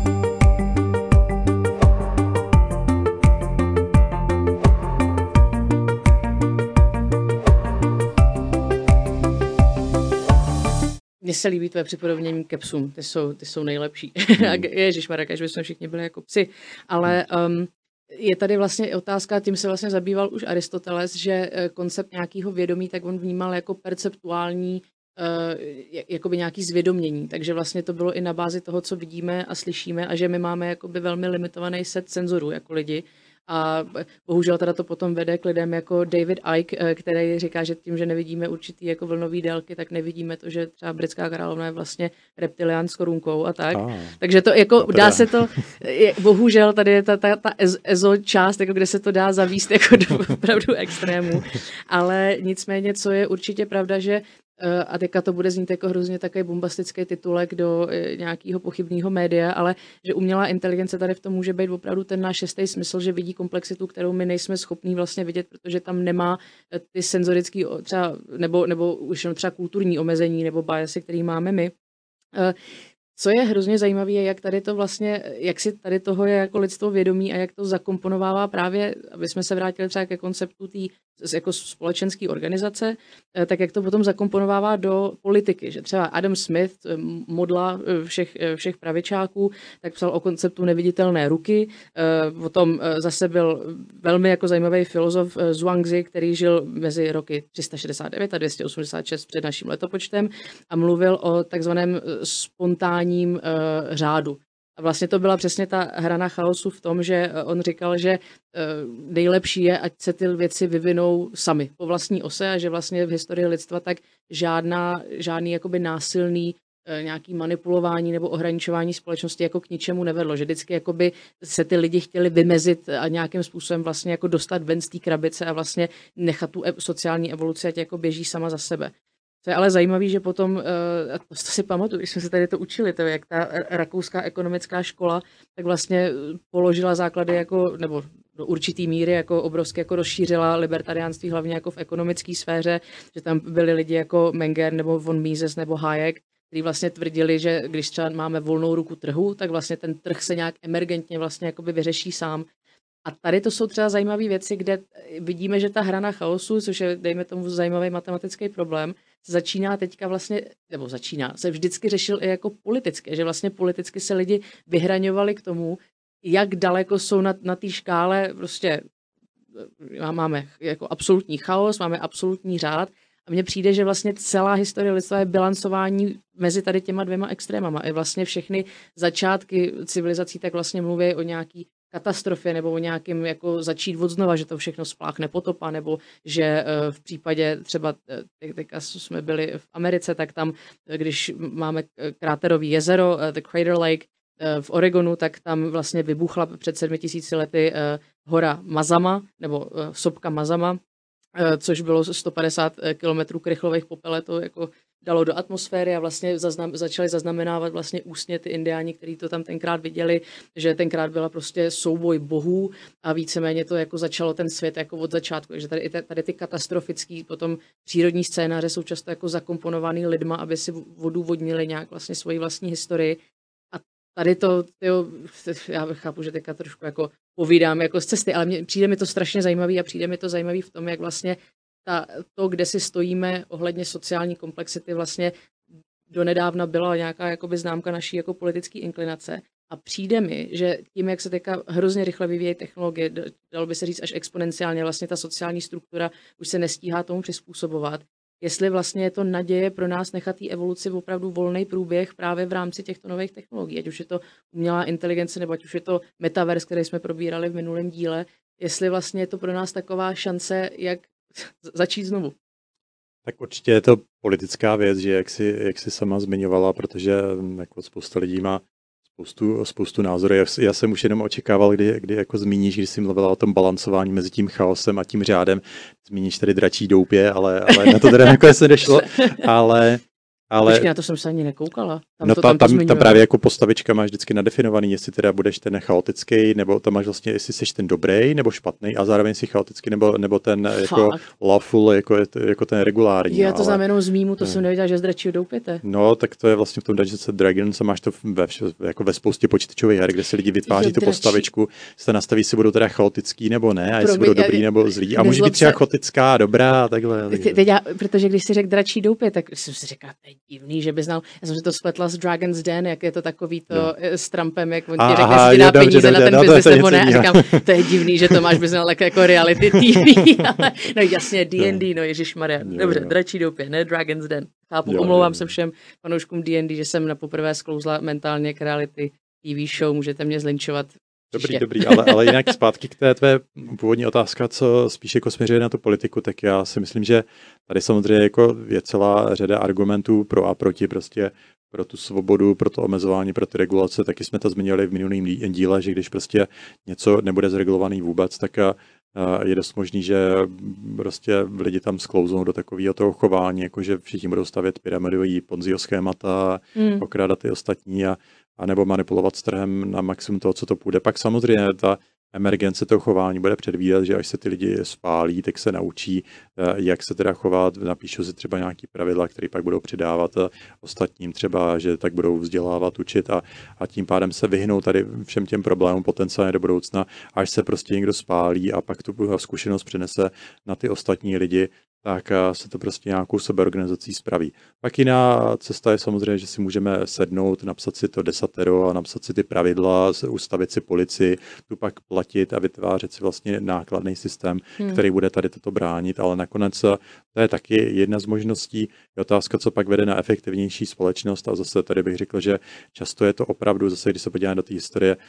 Mně se líbí tvoje připodobnění ke psům, ty jsou, ty jsou nejlepší. Hmm. Ježišmarja, že bychom všichni byli jako psi. Ale um, je tady vlastně otázka, tím se vlastně zabýval už Aristoteles, že koncept nějakého vědomí, tak on vnímal jako perceptuální, jakoby nějaký zvědomění. Takže vlastně to bylo i na bázi toho, co vidíme a slyšíme a že my máme jakoby velmi limitovaný set senzorů jako lidi. A bohužel teda to potom vede k lidem jako David Icke, který říká, že tím, že nevidíme určitý jako vlnový délky, tak nevidíme to, že třeba britská královna je vlastně reptilián s korunkou a tak. Ah, Takže to jako no dá se to, je, bohužel tady je ta, ta, ta ezo část, jako kde se to dá zavíst jako do opravdu extrému. Ale nicméně, co je určitě pravda, že a teďka to bude znít jako hrozně takový bombastický titulek do nějakého pochybného média, ale že umělá inteligence tady v tom může být opravdu ten náš šestý smysl, že vidí komplexitu, kterou my nejsme schopní vlastně vidět, protože tam nemá ty senzorický třeba, nebo, nebo už jenom třeba kulturní omezení nebo biasy, který máme my. Co je hrozně zajímavé, je, jak tady to vlastně, jak si tady toho je jako lidstvo vědomí a jak to zakomponovává právě, aby jsme se vrátili třeba ke konceptu té jako společenské organizace, tak jak to potom zakomponovává do politiky. Že třeba Adam Smith, modla všech, všech pravičáků, tak psal o konceptu neviditelné ruky. Potom zase byl velmi jako zajímavý filozof Zhuangzi, který žil mezi roky tři sta šedesát devět a dvě stě osmdesát šest před naším letopočtem a mluvil o takzvaném spontánním uh, řádu. A vlastně to byla přesně ta hrana chaosu v tom, že on říkal, že uh, nejlepší je, ať se ty věci vyvinou sami po vlastní ose a že vlastně v historii lidstva tak žádná, žádný jakoby násilný uh, nějaký manipulování nebo ohraničování společnosti jako k ničemu nevedlo. Že vždycky jakoby se ty lidi chtěli vymezit a nějakým způsobem vlastně jako dostat ven z té krabice a vlastně nechat tu e- sociální evoluci, ať jako běží sama za sebe. To je ale zajímavé, že potom, a to si pamatuju, když jsme se tady to učili, to je, jak ta rakouská ekonomická škola, tak vlastně položila základy jako, nebo do určitý míry jako obrovsky jako rozšířila libertariánství hlavně jako v ekonomické sféře, že tam byli lidi jako Menger nebo von Mises nebo Hayek, kteří vlastně tvrdili, že když třeba máme volnou ruku trhu, tak vlastně ten trh se nějak emergentně vlastně jakoby vyřeší sám. A tady to jsou třeba zajímavé věci, kde vidíme, že ta hrana chaosu, což je, dejme tomu, zajímavý matematický problém, se začíná teďka vlastně, nebo začíná, se vždycky řešil i jako politicky, že vlastně politicky se lidi vyhraňovali k tomu, jak daleko jsou na, na té škále, prostě máme jako absolutní chaos, máme absolutní řád a mně přijde, že vlastně celá historie lidstva je bilancování mezi tady těma dvěma extrémama. I vlastně všechny začátky civilizací tak vlastně mluví o nějaký katastrofě nebo o nějakým jako začít od znova, že to všechno spláchne potopa, nebo že v případě třeba, teďka jsme byli v Americe, tak tam, když máme kráterový jezero, the Crater Lake v Oregonu, tak tam vlastně vybuchla před sedmi tisíci lety hora Mazama, nebo sopka Mazama, což bylo sto padesát kilometrů krychlových popeletů jako dalo do atmosféry a vlastně zaznam, začali zaznamenávat vlastně ústně ty indiáni, kteří to tam tenkrát viděli, že tenkrát byla prostě souboj bohů a víceméně to jako začalo ten svět jako od začátku. Takže tady, tady ty katastrofický potom přírodní scénáře jsou často jako zakomponovaný lidma, aby si odůvodnili nějak vlastně svoji vlastní historii. A tady to, tyjo, já chápu, že teďka trošku jako povídám jako z cesty, ale mě, přijde mi to strašně zajímavý a přijde mi to zajímavý v tom, jak vlastně ta, to, kde si stojíme ohledně sociální komplexity, vlastně donedávna byla nějaká jakoby známka naší jako politické inklinace. A přijde mi, že tím, jak se teďka hrozně rychle vyvíjejí technologie, dalo by se říct až exponenciálně, vlastně ta sociální struktura už se nestíhá tomu přizpůsobovat. Jestli vlastně je to naděje pro nás nechat té evoluci opravdu volný průběh právě v rámci těchto nových technologií, ať už je to umělá inteligence, nebo ať už je to metaverse, který jsme probírali v minulém díle, jestli vlastně je to pro nás taková šance, jak začít znovu. Tak určitě je to politická věc, že jak si, jak si sama zmiňovala, protože jako spousta lidí má spoustu, spoustu názorů. Já jsem už jenom očekával, kdy, kdy jako zmíníš, když jsi mluvila o tom balancování mezi tím chaosem a tím řádem. Zmíníš tady dračí doupě, ale, ale na to teda nakonec nedošlo. Ale, ale... Počkej, na to jsem se ani nekoukala. Tam no to, ta, tam, tam, tam právě jako postavička máš vždycky nadefinovaný, jestli teda budeš ten chaotický, nebo tam máš vlastně, jestli jsi ten dobrý nebo špatný, a zároveň jsi chaotický, nebo, nebo ten jako lawful, jako, jako ten regulární. Já to ale... znamená z mýmu, to ne. Jsem nevěděla, že z dračího doupěte. No, tak to je vlastně v tom Dungeons and Dragons, a máš to ve, jako ve spoustě počítačových her, kde si lidi vytváří jo, tu postavičku, se nastaví, jestli budou teda chaotický nebo ne, a jestli budou dobrý nebo zlý. A může být třeba chaotická, dobrá a takhle. Ty, teď já, protože když si řekl dračí doupě, tak jsem si říkal, to je divný, že by znal. Já jsem si to spletla s Dragon's Den, jak je to takový to no. S Trumpem, jak on ti řekne, jestli ti dá peníze dobře, na ten no, business nebo ne. A říkám, to je divný, že to máš by znal jako reality T V. Ale, no jasně, D and D, no, no ježišmarja. Dobře, jo. Dračí doupě, ne Dragon's Den. Chápu, jo, omlouvám jo. se všem fanouškům D and D, že jsem na poprvé sklouzla mentálně k reality T V show, můžete mě zlinčovat. Dobrý, příště. dobrý, ale, ale jinak zpátky k té tvé původní otázka, co spíš jako směřuje na tu politiku, tak já si myslím, že tady samozřejmě jako je celá řada argumentů pro a proti, prostě pro tu svobodu, pro to omezování, pro ty regulace. Taky jsme to zmiňovali v minulém díle, že když prostě něco nebude zregulovaný vůbec, tak je dost možný, že prostě lidi tam sklouznou do takového toho chování, jako že všichni budou stavět pyramidový Ponziho schémata, mm. okrádat ty ostatní a, a nebo manipulovat s trhem na maximum toho, co to půjde. Pak samozřejmě ta emergence toho chování bude předvídat, že až se ty lidi spálí, tak se naučí, jak se teda chovat, napíšou si třeba nějaký pravidla, které pak budou přidávat ostatním třeba, že tak budou vzdělávat, učit a, a tím pádem se vyhnou tady všem těm problémům potenciálně do budoucna, až se prostě někdo spálí a pak tu zkušenost přenese na ty ostatní lidi, tak se to prostě nějakou sebeorganizací spraví. Pak jiná cesta je samozřejmě, že si můžeme sednout, napsat si to desatero a napsat si ty pravidla, ustavit si policii, tu pak platit a vytvářet si vlastně nákladný systém, hmm. který bude tady toto bránit, ale nakonec to je taky jedna z možností. Je otázka, co pak vede na efektivnější společnost a zase tady bych řekl, že často je to opravdu, zase když se podíváme do té historie,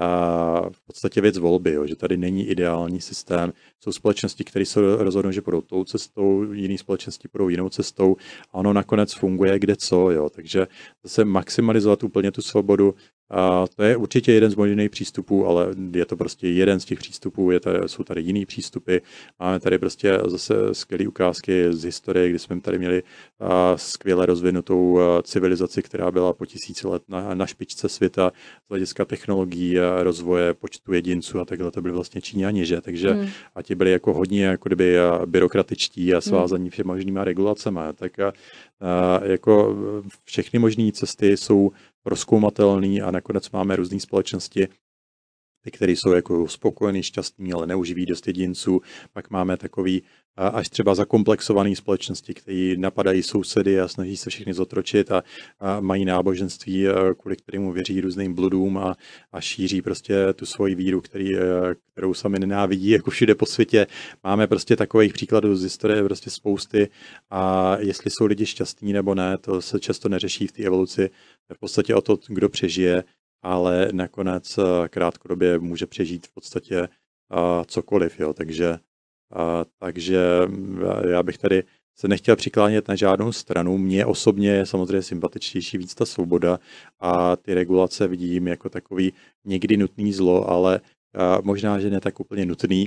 v podstatě věc volby, jo, že tady není ideální systém. Jsou společnosti, které se rozhodnou, že půjdou tou cestou, jiné společnosti půjdou jinou cestou a ono nakonec funguje kde co, jo. Takže zase maximalizovat úplně tu svobodu, a to je určitě jeden z možných přístupů, ale je to prostě jeden z těch přístupů, je tady, jsou tady jiný přístupy. Máme tady prostě zase skvělé ukázky z historie, kdy jsme tady měli skvěle rozvinutou civilizaci, která byla po tisíci let na, na špičce světa z hlediska technologií, rozvoje, počtu jedinců a takhle to byly vlastně Číňani, že? Takže hmm. a ti byli jako hodně jako kdyby byrokratičtí a svázaní všemi možnýma regulacemi. Tak a, a jako všechny možné cesty jsou prozkoumatelný a nakonec máme různé společnosti, ty, které jsou jako spokojený, šťastní, ale neuživí dost jedinců. Pak máme takový až třeba zakomplexované společnosti, které napadají sousedy a snaží se všechny zotročit a, a mají náboženství, kvůli kterému věří různým bludům a, a šíří prostě tu svoji víru, který, kterou sami nenávidí, jako všude po světě. Máme prostě takových příkladů z historie prostě spousty a jestli jsou lidi šťastní nebo ne, to se často neřeší v té evoluci. V podstatě o to, kdo přežije, ale nakonec krátkodobě může přežít v podstatě cokoliv, jo, takže A, takže já bych tady se nechtěl přiklánět na žádnou stranu. Mně osobně je samozřejmě sympatičtější víc ta svoboda a ty regulace vidím jako takový někdy nutný zlo, ale možná, že ne tak úplně nutný.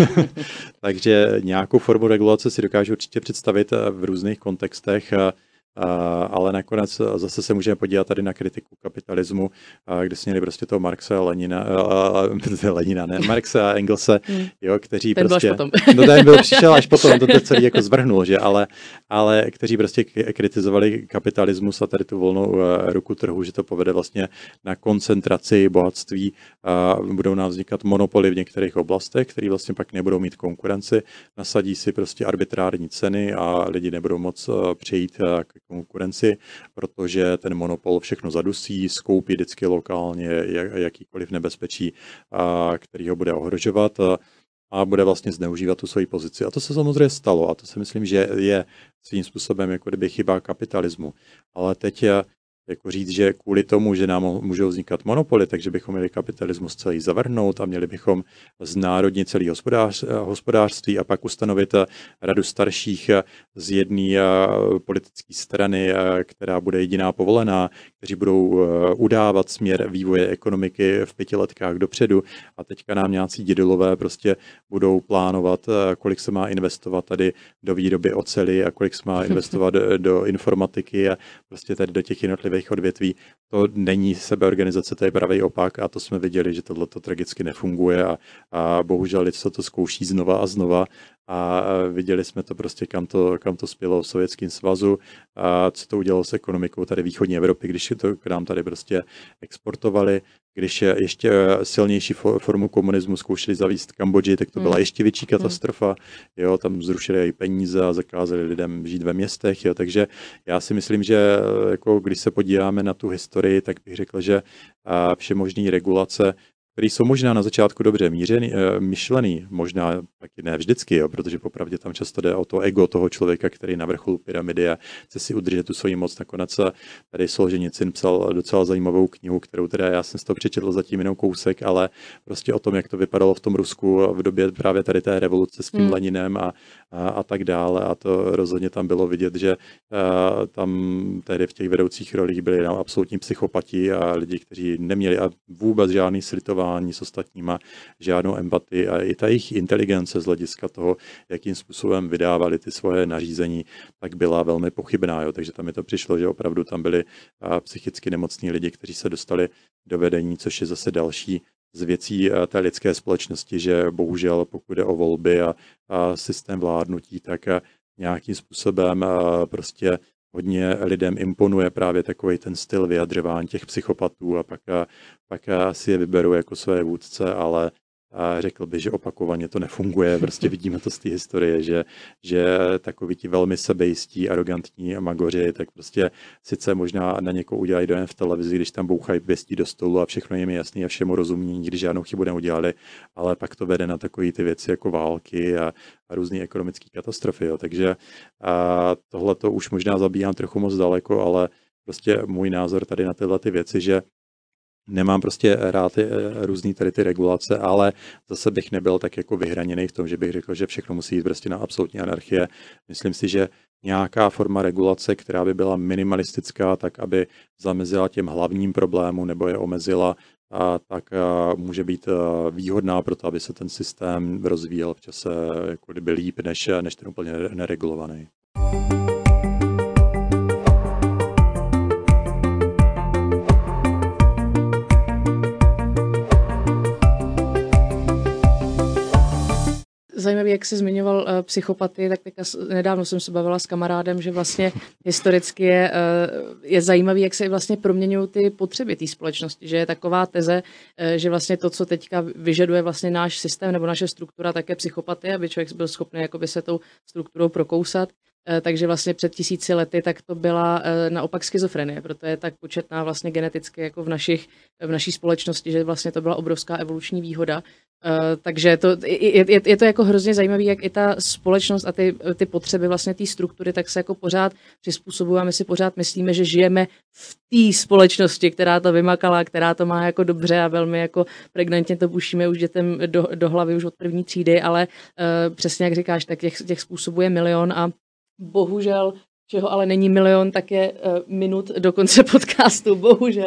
Takže nějakou formu regulace si dokážu určitě představit v různých kontextech. ale nakonec zase se můžeme podívat tady na kritiku kapitalismu, kde jsme měli prostě toho Marxe a Lenina, Lenina, ne, Marxe a Engelse, hmm. jo, kteří ten prostě... Potom. No ten byl přišel až potom, to celý jako zvrhnul, že, ale, ale kteří prostě kritizovali kapitalismus a tady tu volnou ruku trhu, že to povede vlastně na koncentraci bohatství, a budou nám vznikat monopoly v některých oblastech, které vlastně pak nebudou mít konkurenci, nasadí si prostě arbitrární ceny a lidi nebudou moc přejít k konkurenci, protože ten monopol všechno zadusí, skoupí vždycky lokálně jakýkoliv nebezpečí, který ho bude ohrožovat a bude vlastně zneužívat tu svoji pozici. A to se samozřejmě stalo a to si myslím, že je svým způsobem jako kdyby chyba kapitalismu. Ale teď je jako říct, že kvůli tomu, že nám můžou vznikat monopoly, takže bychom měli kapitalismus celý zavrhnout a měli bychom znárodnit celý hospodář, hospodářství a pak ustanovit radu starších z jedné politické strany, která bude jediná povolená, kteří budou udávat směr vývoje ekonomiky v pětiletkách dopředu a teďka nám nějací dědilové prostě budou plánovat, kolik se má investovat tady do výroby oceli a kolik se má investovat do, do informatiky a prostě tady do těch jednotlivých odvětví. To není sebeorganizace, to je pravý opak a to jsme viděli, že tohleto tragicky nefunguje a, a bohužel lidstvo to zkouší znova a znova a viděli jsme to prostě, kam to, kam to spělo v Sovětském svazu a co to udělalo s ekonomikou tady východní Evropy, když to k nám tady prostě exportovali. Když ještě silnější formu komunismu zkoušeli zavést v Kambodži, tak to byla ještě větší katastrofa. Jo, tam zrušili i peníze a zakázali lidem žít ve městech. Jo, takže já si myslím, že jako když se podíváme na tu historii, tak bych řekl, že všemožný regulace, které jsou možná na začátku dobře mířený, myšlený, možná taky ne vždycky, jo, protože popravdě tam často jde o to ego toho člověka, který na vrcholu pyramidy a chce si udržet tu svoji moc. Nakonec tady Solženicyn psal docela zajímavou knihu, kterou teda já jsem z toho přečetl zatím jenom kousek, ale prostě o tom, jak to vypadalo v tom Rusku v době právě tady té revoluce s tím hmm. Leninem a, a, a tak dále. A to rozhodně tam bylo vidět, že a, tam tady v těch vedoucích rolích byli absolutní psychopati a lidi, kteří neměli a vůbec žádný slitování s ostatníma, žádnou empatii a i ta jejich inteligence z hlediska toho, jakým způsobem vydávali ty svoje nařízení, tak byla velmi pochybná. Jo. Takže tam mi to přišlo, že opravdu tam byli psychicky nemocní lidi, kteří se dostali do vedení, což je zase další z věcí té lidské společnosti, že bohužel pokud jde o volby a, a systém vládnutí, tak nějakým způsobem prostě hodně lidem imponuje právě takový ten styl vyjadřování těch psychopatů a pak, pak si je vyberou jako své vůdce, ale řekl bych, že opakovaně to nefunguje. Prostě vidíme to z té historie, že, že takoví ti velmi sebejistí, arrogantní magoři, tak prostě sice možná na někoho udělají dojem v televizi, když tam bouchají pěstí do stolu a všechno jim je jasný a všemu rozumí, nikdy žádnou chybu neudělali, ale pak to vede na takové ty věci jako války a, a různé ekonomické katastrofy. Jo. Takže tohle to už možná zabíhám trochu moc daleko, ale prostě můj názor tady na tyhle ty věci, že nemám prostě rád ty, různý tady ty regulace, ale zase bych nebyl tak jako vyhraněný v tom, že bych řekl, že všechno musí jít prostě na absolutní anarchie. Myslím si, že nějaká forma regulace, která by byla minimalistická, tak aby zamezila těm hlavním problémům nebo je omezila, a tak a může být výhodná pro to, aby se ten systém rozvíjel v čase jako kdyby líp, než, než ten úplně neregulovaný. Zajímavý, jak jsi zmiňoval uh, psychopatii, tak teďka nedávno jsem se bavila s kamarádem, že vlastně historicky je, uh, je zajímavý, jak se vlastně proměňují ty potřeby té společnosti, že je taková teze, uh, že vlastně to, co teďka vyžaduje vlastně náš systém nebo naše struktura, tak je psychopatie, aby člověk byl schopný jakoby se tou strukturou prokousat. Takže vlastně před tisíci lety tak to byla naopak schizofrenie, proto je tak početná vlastně geneticky jako v, našich, v naší společnosti, že vlastně to byla obrovská evoluční výhoda. Takže to, je, je, je to jako hrozně zajímavé, jak i ta společnost a ty, ty potřeby vlastně té struktury tak se jako pořád přizpůsobují a my si pořád myslíme, že žijeme v té společnosti, která to vymakala, která to má jako dobře a velmi jako pregnantně to pušíme už dětem do, do hlavy už od první třídy, ale uh, přesně jak říkáš, tak těch, těch způsobů je milion a bohužel, čeho ale není milion, tak je uh, minut do konce podcastu, bohužel.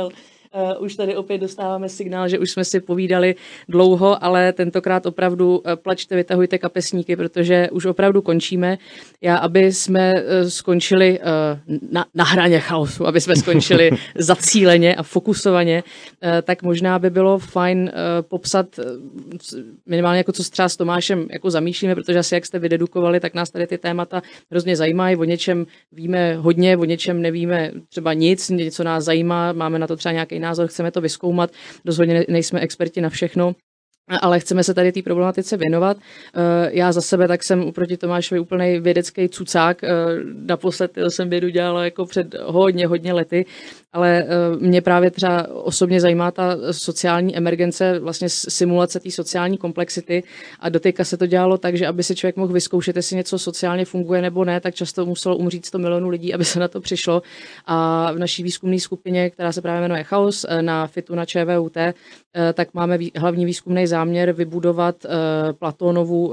Uh, už tady opět dostáváme signál, že už jsme si povídali dlouho, ale tentokrát opravdu uh, plačte, vytahujte kapesníky, protože už opravdu končíme. Já, aby jsme uh, skončili uh, na, na hraně chaosu, aby jsme skončili zacíleně a fokusovaně, uh, tak možná by bylo fajn uh, popsat uh, minimálně jako co třeba s Tomášem jako zamýšlíme, protože asi jak jste vydedukovali, tak nás tady ty témata hrozně zajímají. O něčem víme hodně, o něčem nevíme třeba nic, něco nás zajímá, máme na to třeba nějaký názor, chceme to vyzkoumat, rozhodně nejsme experti na všechno, ale chceme se tady té problematice věnovat. Já za sebe tak jsem oproti Tomášovi úplnej vědecký cucák. Naposled jsem vědu dělala jako před hodně, hodně lety, ale mě právě třeba osobně zajímá ta sociální emergence, vlastně simulace té sociální komplexity a doteďka se to dělalo tak, že aby si člověk mohl vyzkoušet, jestli něco sociálně funguje nebo ne, tak často muselo umřít sto milionů lidí, aby se na to přišlo. A v naší výzkumné skupině, která se právě jmenuje Chaos, na FITu na ČVUT, tak máme hlavní výzkumný záměr vybudovat Platónovu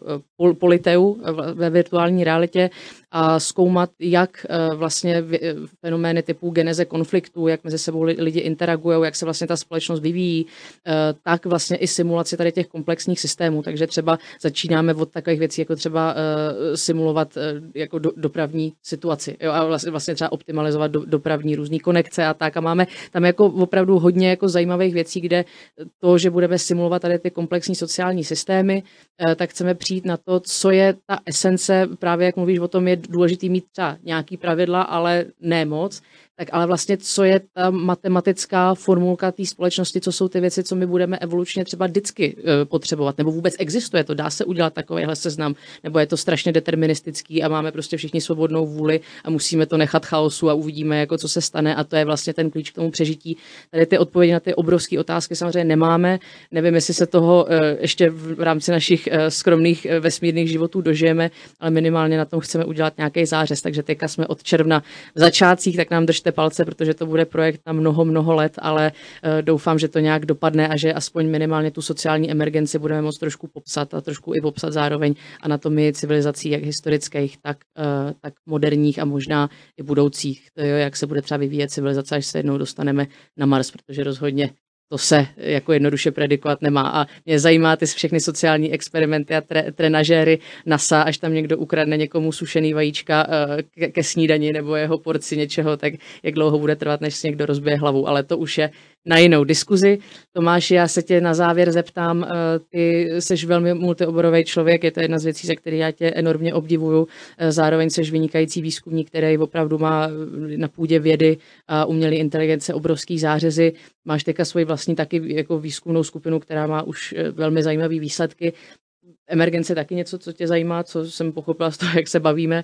politeu ve virtuální realitě a zkoumat, jak vlastně fenomény typu geneze konfliktů, jak mezi sebou lidi interagují, jak se vlastně ta společnost vyvíjí, tak vlastně i simulaci tady těch komplexních systémů. Takže třeba začínáme od takových věcí, jako třeba simulovat jako do, dopravní situaci, jo, a vlastně třeba optimalizovat do, dopravní různý konekce a tak. A máme tam jako opravdu hodně jako zajímavých věcí, kde to, že budeme simulovat tady ty komplexní sociální systémy, tak chceme přijít na to, co je ta esence, právě jak mluvíš o tom, je důležitý mít třeba nějaký pravidla, ale ne moc, tak ale vlastně co je ta matematická formulka té společnosti, co jsou ty věci, co my budeme evolučně třeba vždycky e, potřebovat, nebo vůbec existuje to, dá se udělat takovýhle seznam, nebo je to strašně deterministický a máme prostě všichni svobodnou vůli a musíme to nechat chaosu a uvidíme, jako co se stane a to je vlastně ten klíč k tomu přežití. Tady ty odpovědi na ty obrovské otázky samozřejmě nemáme, nevím, jestli se toho e, ještě v rámci našich e, skromných e, vesmírných životů dožijeme, ale minimálně na tom chceme udělat nějaký zářez, takže teďka jsme od června v začátcích, tak nám držte palce, protože to bude projekt na mnoho, mnoho let, ale uh, doufám, že to nějak dopadne a že aspoň minimálně tu sociální emergenci budeme moct trošku popsat a trošku i popsat zároveň anatomii civilizací, jak historických, tak, uh, tak moderních a možná i budoucích. To jo, jak se bude třeba vyvíjet civilizace, až se jednou dostaneme na Mars, protože rozhodně to se jako jednoduše predikovat nemá. A mě zajímá ty všechny sociální experimenty a tre, trenažéry NASA, až tam někdo ukradne někomu sušený vajíčka ke, ke snídani nebo jeho porci něčeho, tak jak dlouho bude trvat, než si někdo rozbije hlavu. Ale to už je na jinou diskuzi. Tomáši, já se tě na závěr zeptám, ty jsi velmi multioborový člověk, je to jedna z věcí, za které já tě enormně obdivuju. Zároveň jsi vynikající výzkumník, který opravdu má na půdě vědy a umělé inteligence obrovský zářezy. Máš teďka svoji vlastní taky jako výzkumnou skupinu, která má už velmi zajímavé výsledky. Emergence je taky něco, co tě zajímá, co jsem pochopila z toho, jak se bavíme.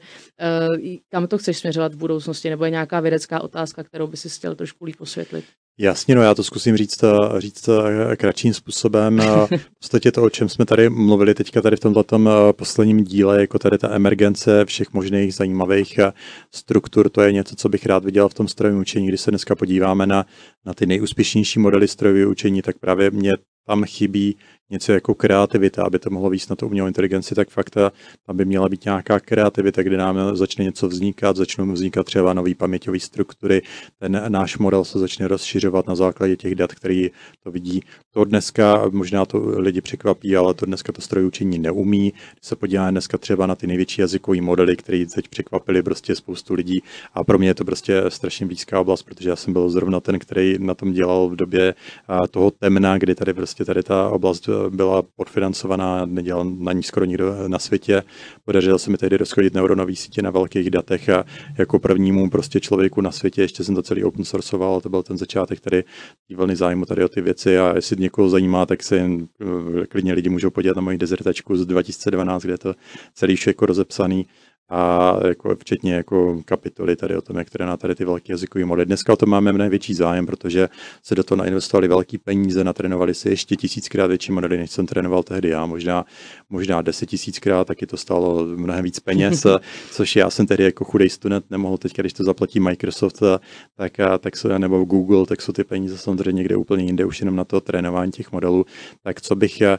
Kam to chceš směřovat v budoucnosti, nebo je nějaká vědecká otázka, kterou by si chtěl trošku líp osvětlit? Jasně, no já to zkusím říct, říct kratším způsobem. V podstatě to, o čem jsme tady mluvili teďka tady v tomto posledním díle, jako tady ta emergence všech možných zajímavých struktur, to je něco, co bych rád viděl v tom strojovém učení. Když se dneska podíváme na, na ty nejúspěšnější modely strojového učení, tak právě mě tam chybí něco jako kreativita, aby to mohlo víc na tu umělou inteligenci, tak fakt tam by měla být nějaká kreativita, kde nám začne něco vznikat, začnou vznikat třeba nové paměťové struktury, ten náš model se začne rozšiřovat na základě těch dat, který to vidí. To dneska, možná to lidi překvapí, ale to dneska to strojové učení neumí. Když se podíváme dneska třeba na ty největší jazykové modely, které teď překvapily prostě spoustu lidí a pro mě je to prostě strašně blízká oblast, protože já jsem byl zrovna ten, který na tom dělal v době toho temna, kdy tady prostě tady ta oblast byla podfinancovaná, nedělal na ní skoro nikdo na světě. Podařilo se mi tehdy rozchodit neuronové sítě na velkých datech a jako prvnímu prostě člověku na světě, ještě jsem to celý open sourceoval, to byl ten začátek tady tý vlny zájmu tady o ty věci a jestli někoho zajímá, tak se jen klidně lidi můžou podívat na moji dezertačku z dva tisíce dvanáct, kde je to celý jako rozepsaný. A jako včetně jako kapitoly tady o tom, jak které na tady ty velké jazykové modely. Dneska o to máme největší zájem, protože se do toho nainvestovali velký peníze, natrénovali si ještě tisíckrát větší modely, než jsem trénoval tehdy já, možná, možná deset tisíckrát, taky to stálo mnohem víc peněz, což já jsem tehdy jako chudej student nemohl teď, když to zaplatí Microsoft, tak, tak jsou, nebo Google, tak jsou ty peníze samozřejmě někde úplně jinde, už jenom na to trénování těch modelů. Tak co bych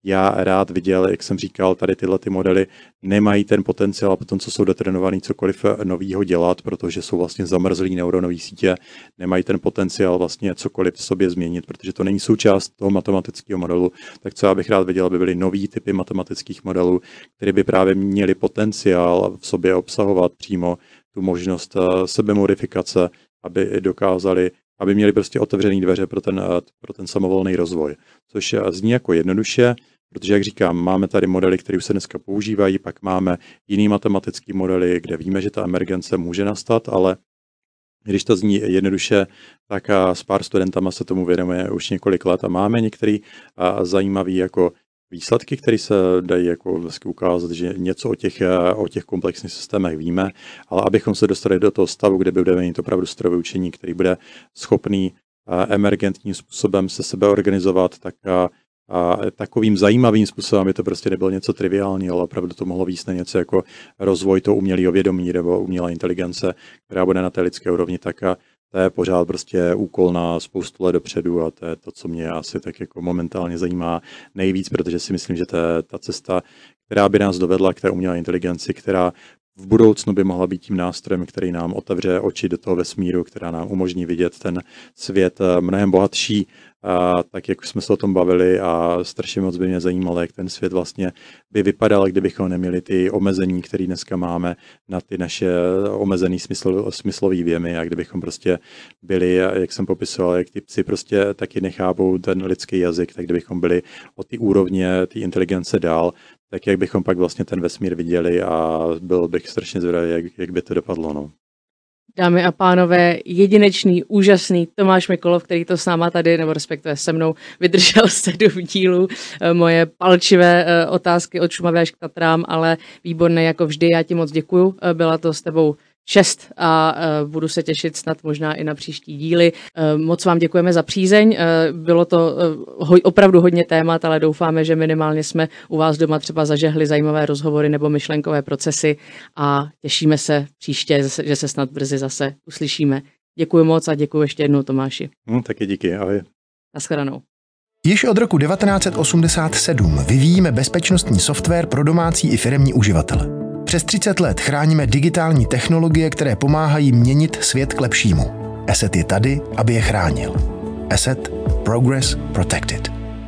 já rád viděl, jak jsem říkal, tady tyhle ty modely nemají ten potenciál potom, co jsou detrenovaný cokoliv novýho dělat, protože jsou vlastně zamrzlý neuronové sítě, nemají ten potenciál vlastně cokoliv v sobě změnit, protože to není součást toho matematického modelu. Tak co já bych rád viděl, aby byly nový typy matematických modelů, které by právě měly potenciál v sobě obsahovat přímo tu možnost sebemodifikace, aby dokázali, aby měli prostě otevřené dveře pro ten, pro ten samovolný rozvoj. Což zní jako jednoduše, protože, jak říkám, máme tady modely, které už se dneska používají, pak máme jiný matematický modely, kde víme, že ta emergence může nastat, ale když to zní jednoduše, tak s pár studentama se tomu věnujeme už několik let a máme některé zajímavé jako výsledky, které se dají jako vlastně ukázat, že něco o těch, o těch komplexních systémech víme, ale abychom se dostali do toho stavu, kde budeme mít opravdu strojové učení, který bude schopný emergentním způsobem se sebe organizovat, tak a, a takovým zajímavým způsobem, aby to prostě nebylo něco triviálního, ale opravdu to mohlo výst na něco jako rozvoj toho umělého vědomí nebo umělá inteligence, která bude na té lidské úrovni, tak a to je pořád prostě úkol na spoustu let dopředu a to je to, co mě asi tak jako momentálně zajímá nejvíc, protože si myslím, že to je ta cesta, která by nás dovedla k té umělé inteligenci, která v budoucnu by mohla být tím nástrojem, který nám otevře oči do toho vesmíru, která nám umožní vidět ten svět mnohem bohatší, a tak jak jsme se o tom bavili a strašně moc by mě zajímalo, jak ten svět vlastně by vypadal, kdybychom neměli ty omezení, které dneska máme na ty naše omezený smysl, smyslový věmy a kdybychom prostě byli, jak jsem popisoval, jak ty psi prostě taky nechápou ten lidský jazyk, tak kdybychom byli od té úrovně, té inteligence dál, tak jak bychom pak vlastně ten vesmír viděli a byl bych strašně zvědavý, jak, jak by to dopadlo. No. Dámy a pánové, jedinečný, úžasný Tomáš Mikolov, který to s náma tady, nebo respektive se mnou, vydržel sedm dílů. Moje palčivé otázky od Šumavy až k Tatrám, ale výborné jako vždy. Já ti moc děkuju. Byla to s tebou čest a uh, budu se těšit snad možná i na příští díly. Uh, moc vám děkujeme za přízeň. Uh, bylo to uh, ho, opravdu hodně témat, ale doufáme, že minimálně jsme u vás doma třeba zažehli zajímavé rozhovory nebo myšlenkové procesy a těšíme se příště, že se snad brzy zase uslyšíme. Děkuji moc a děkuji ještě jednou Tomáši. Hmm, taky díky, ahoj. Naschledanou. Již od roku devatenáct set osmdesát sedm vyvíjíme bezpečnostní software pro domácí i firemní uživatele. Přes třicet let chráníme digitální technologie, které pomáhají měnit svět k lepšímu. Asset je tady, aby je chránil. Asset Progress Protected.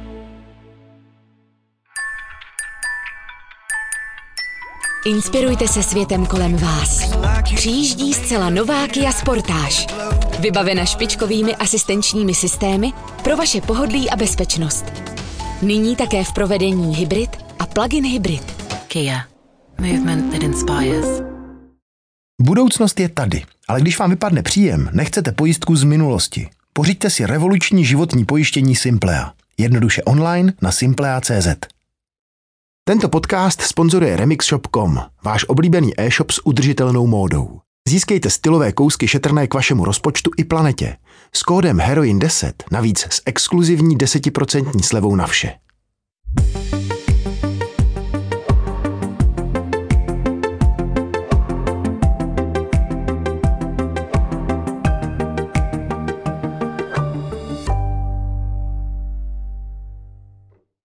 Inspirujte se světem kolem vás. Přijíždí zcela nová Kia Sportage. Vybavena špičkovými asistenčními systémy pro vaše pohodlí a bezpečnost. Nyní také v provedení hybrid a plug-in hybrid. Kia. Movement that inspires. Budoucnost je tady, ale když vám vypadne příjem, nechcete pojistku z minulosti. Pořiďte si revoluční životní pojištění Simplea. Jednoduše online na simplea tečka cé zet. Tento podcast sponzoruje remixshop tečka com, váš oblíbený e-shop s udržitelnou módou. Získejte stylové kousky šetrné k vašemu rozpočtu i planetě. S kódem Heroin deset navíc s exkluzivní desetiprocentní slevou na vše.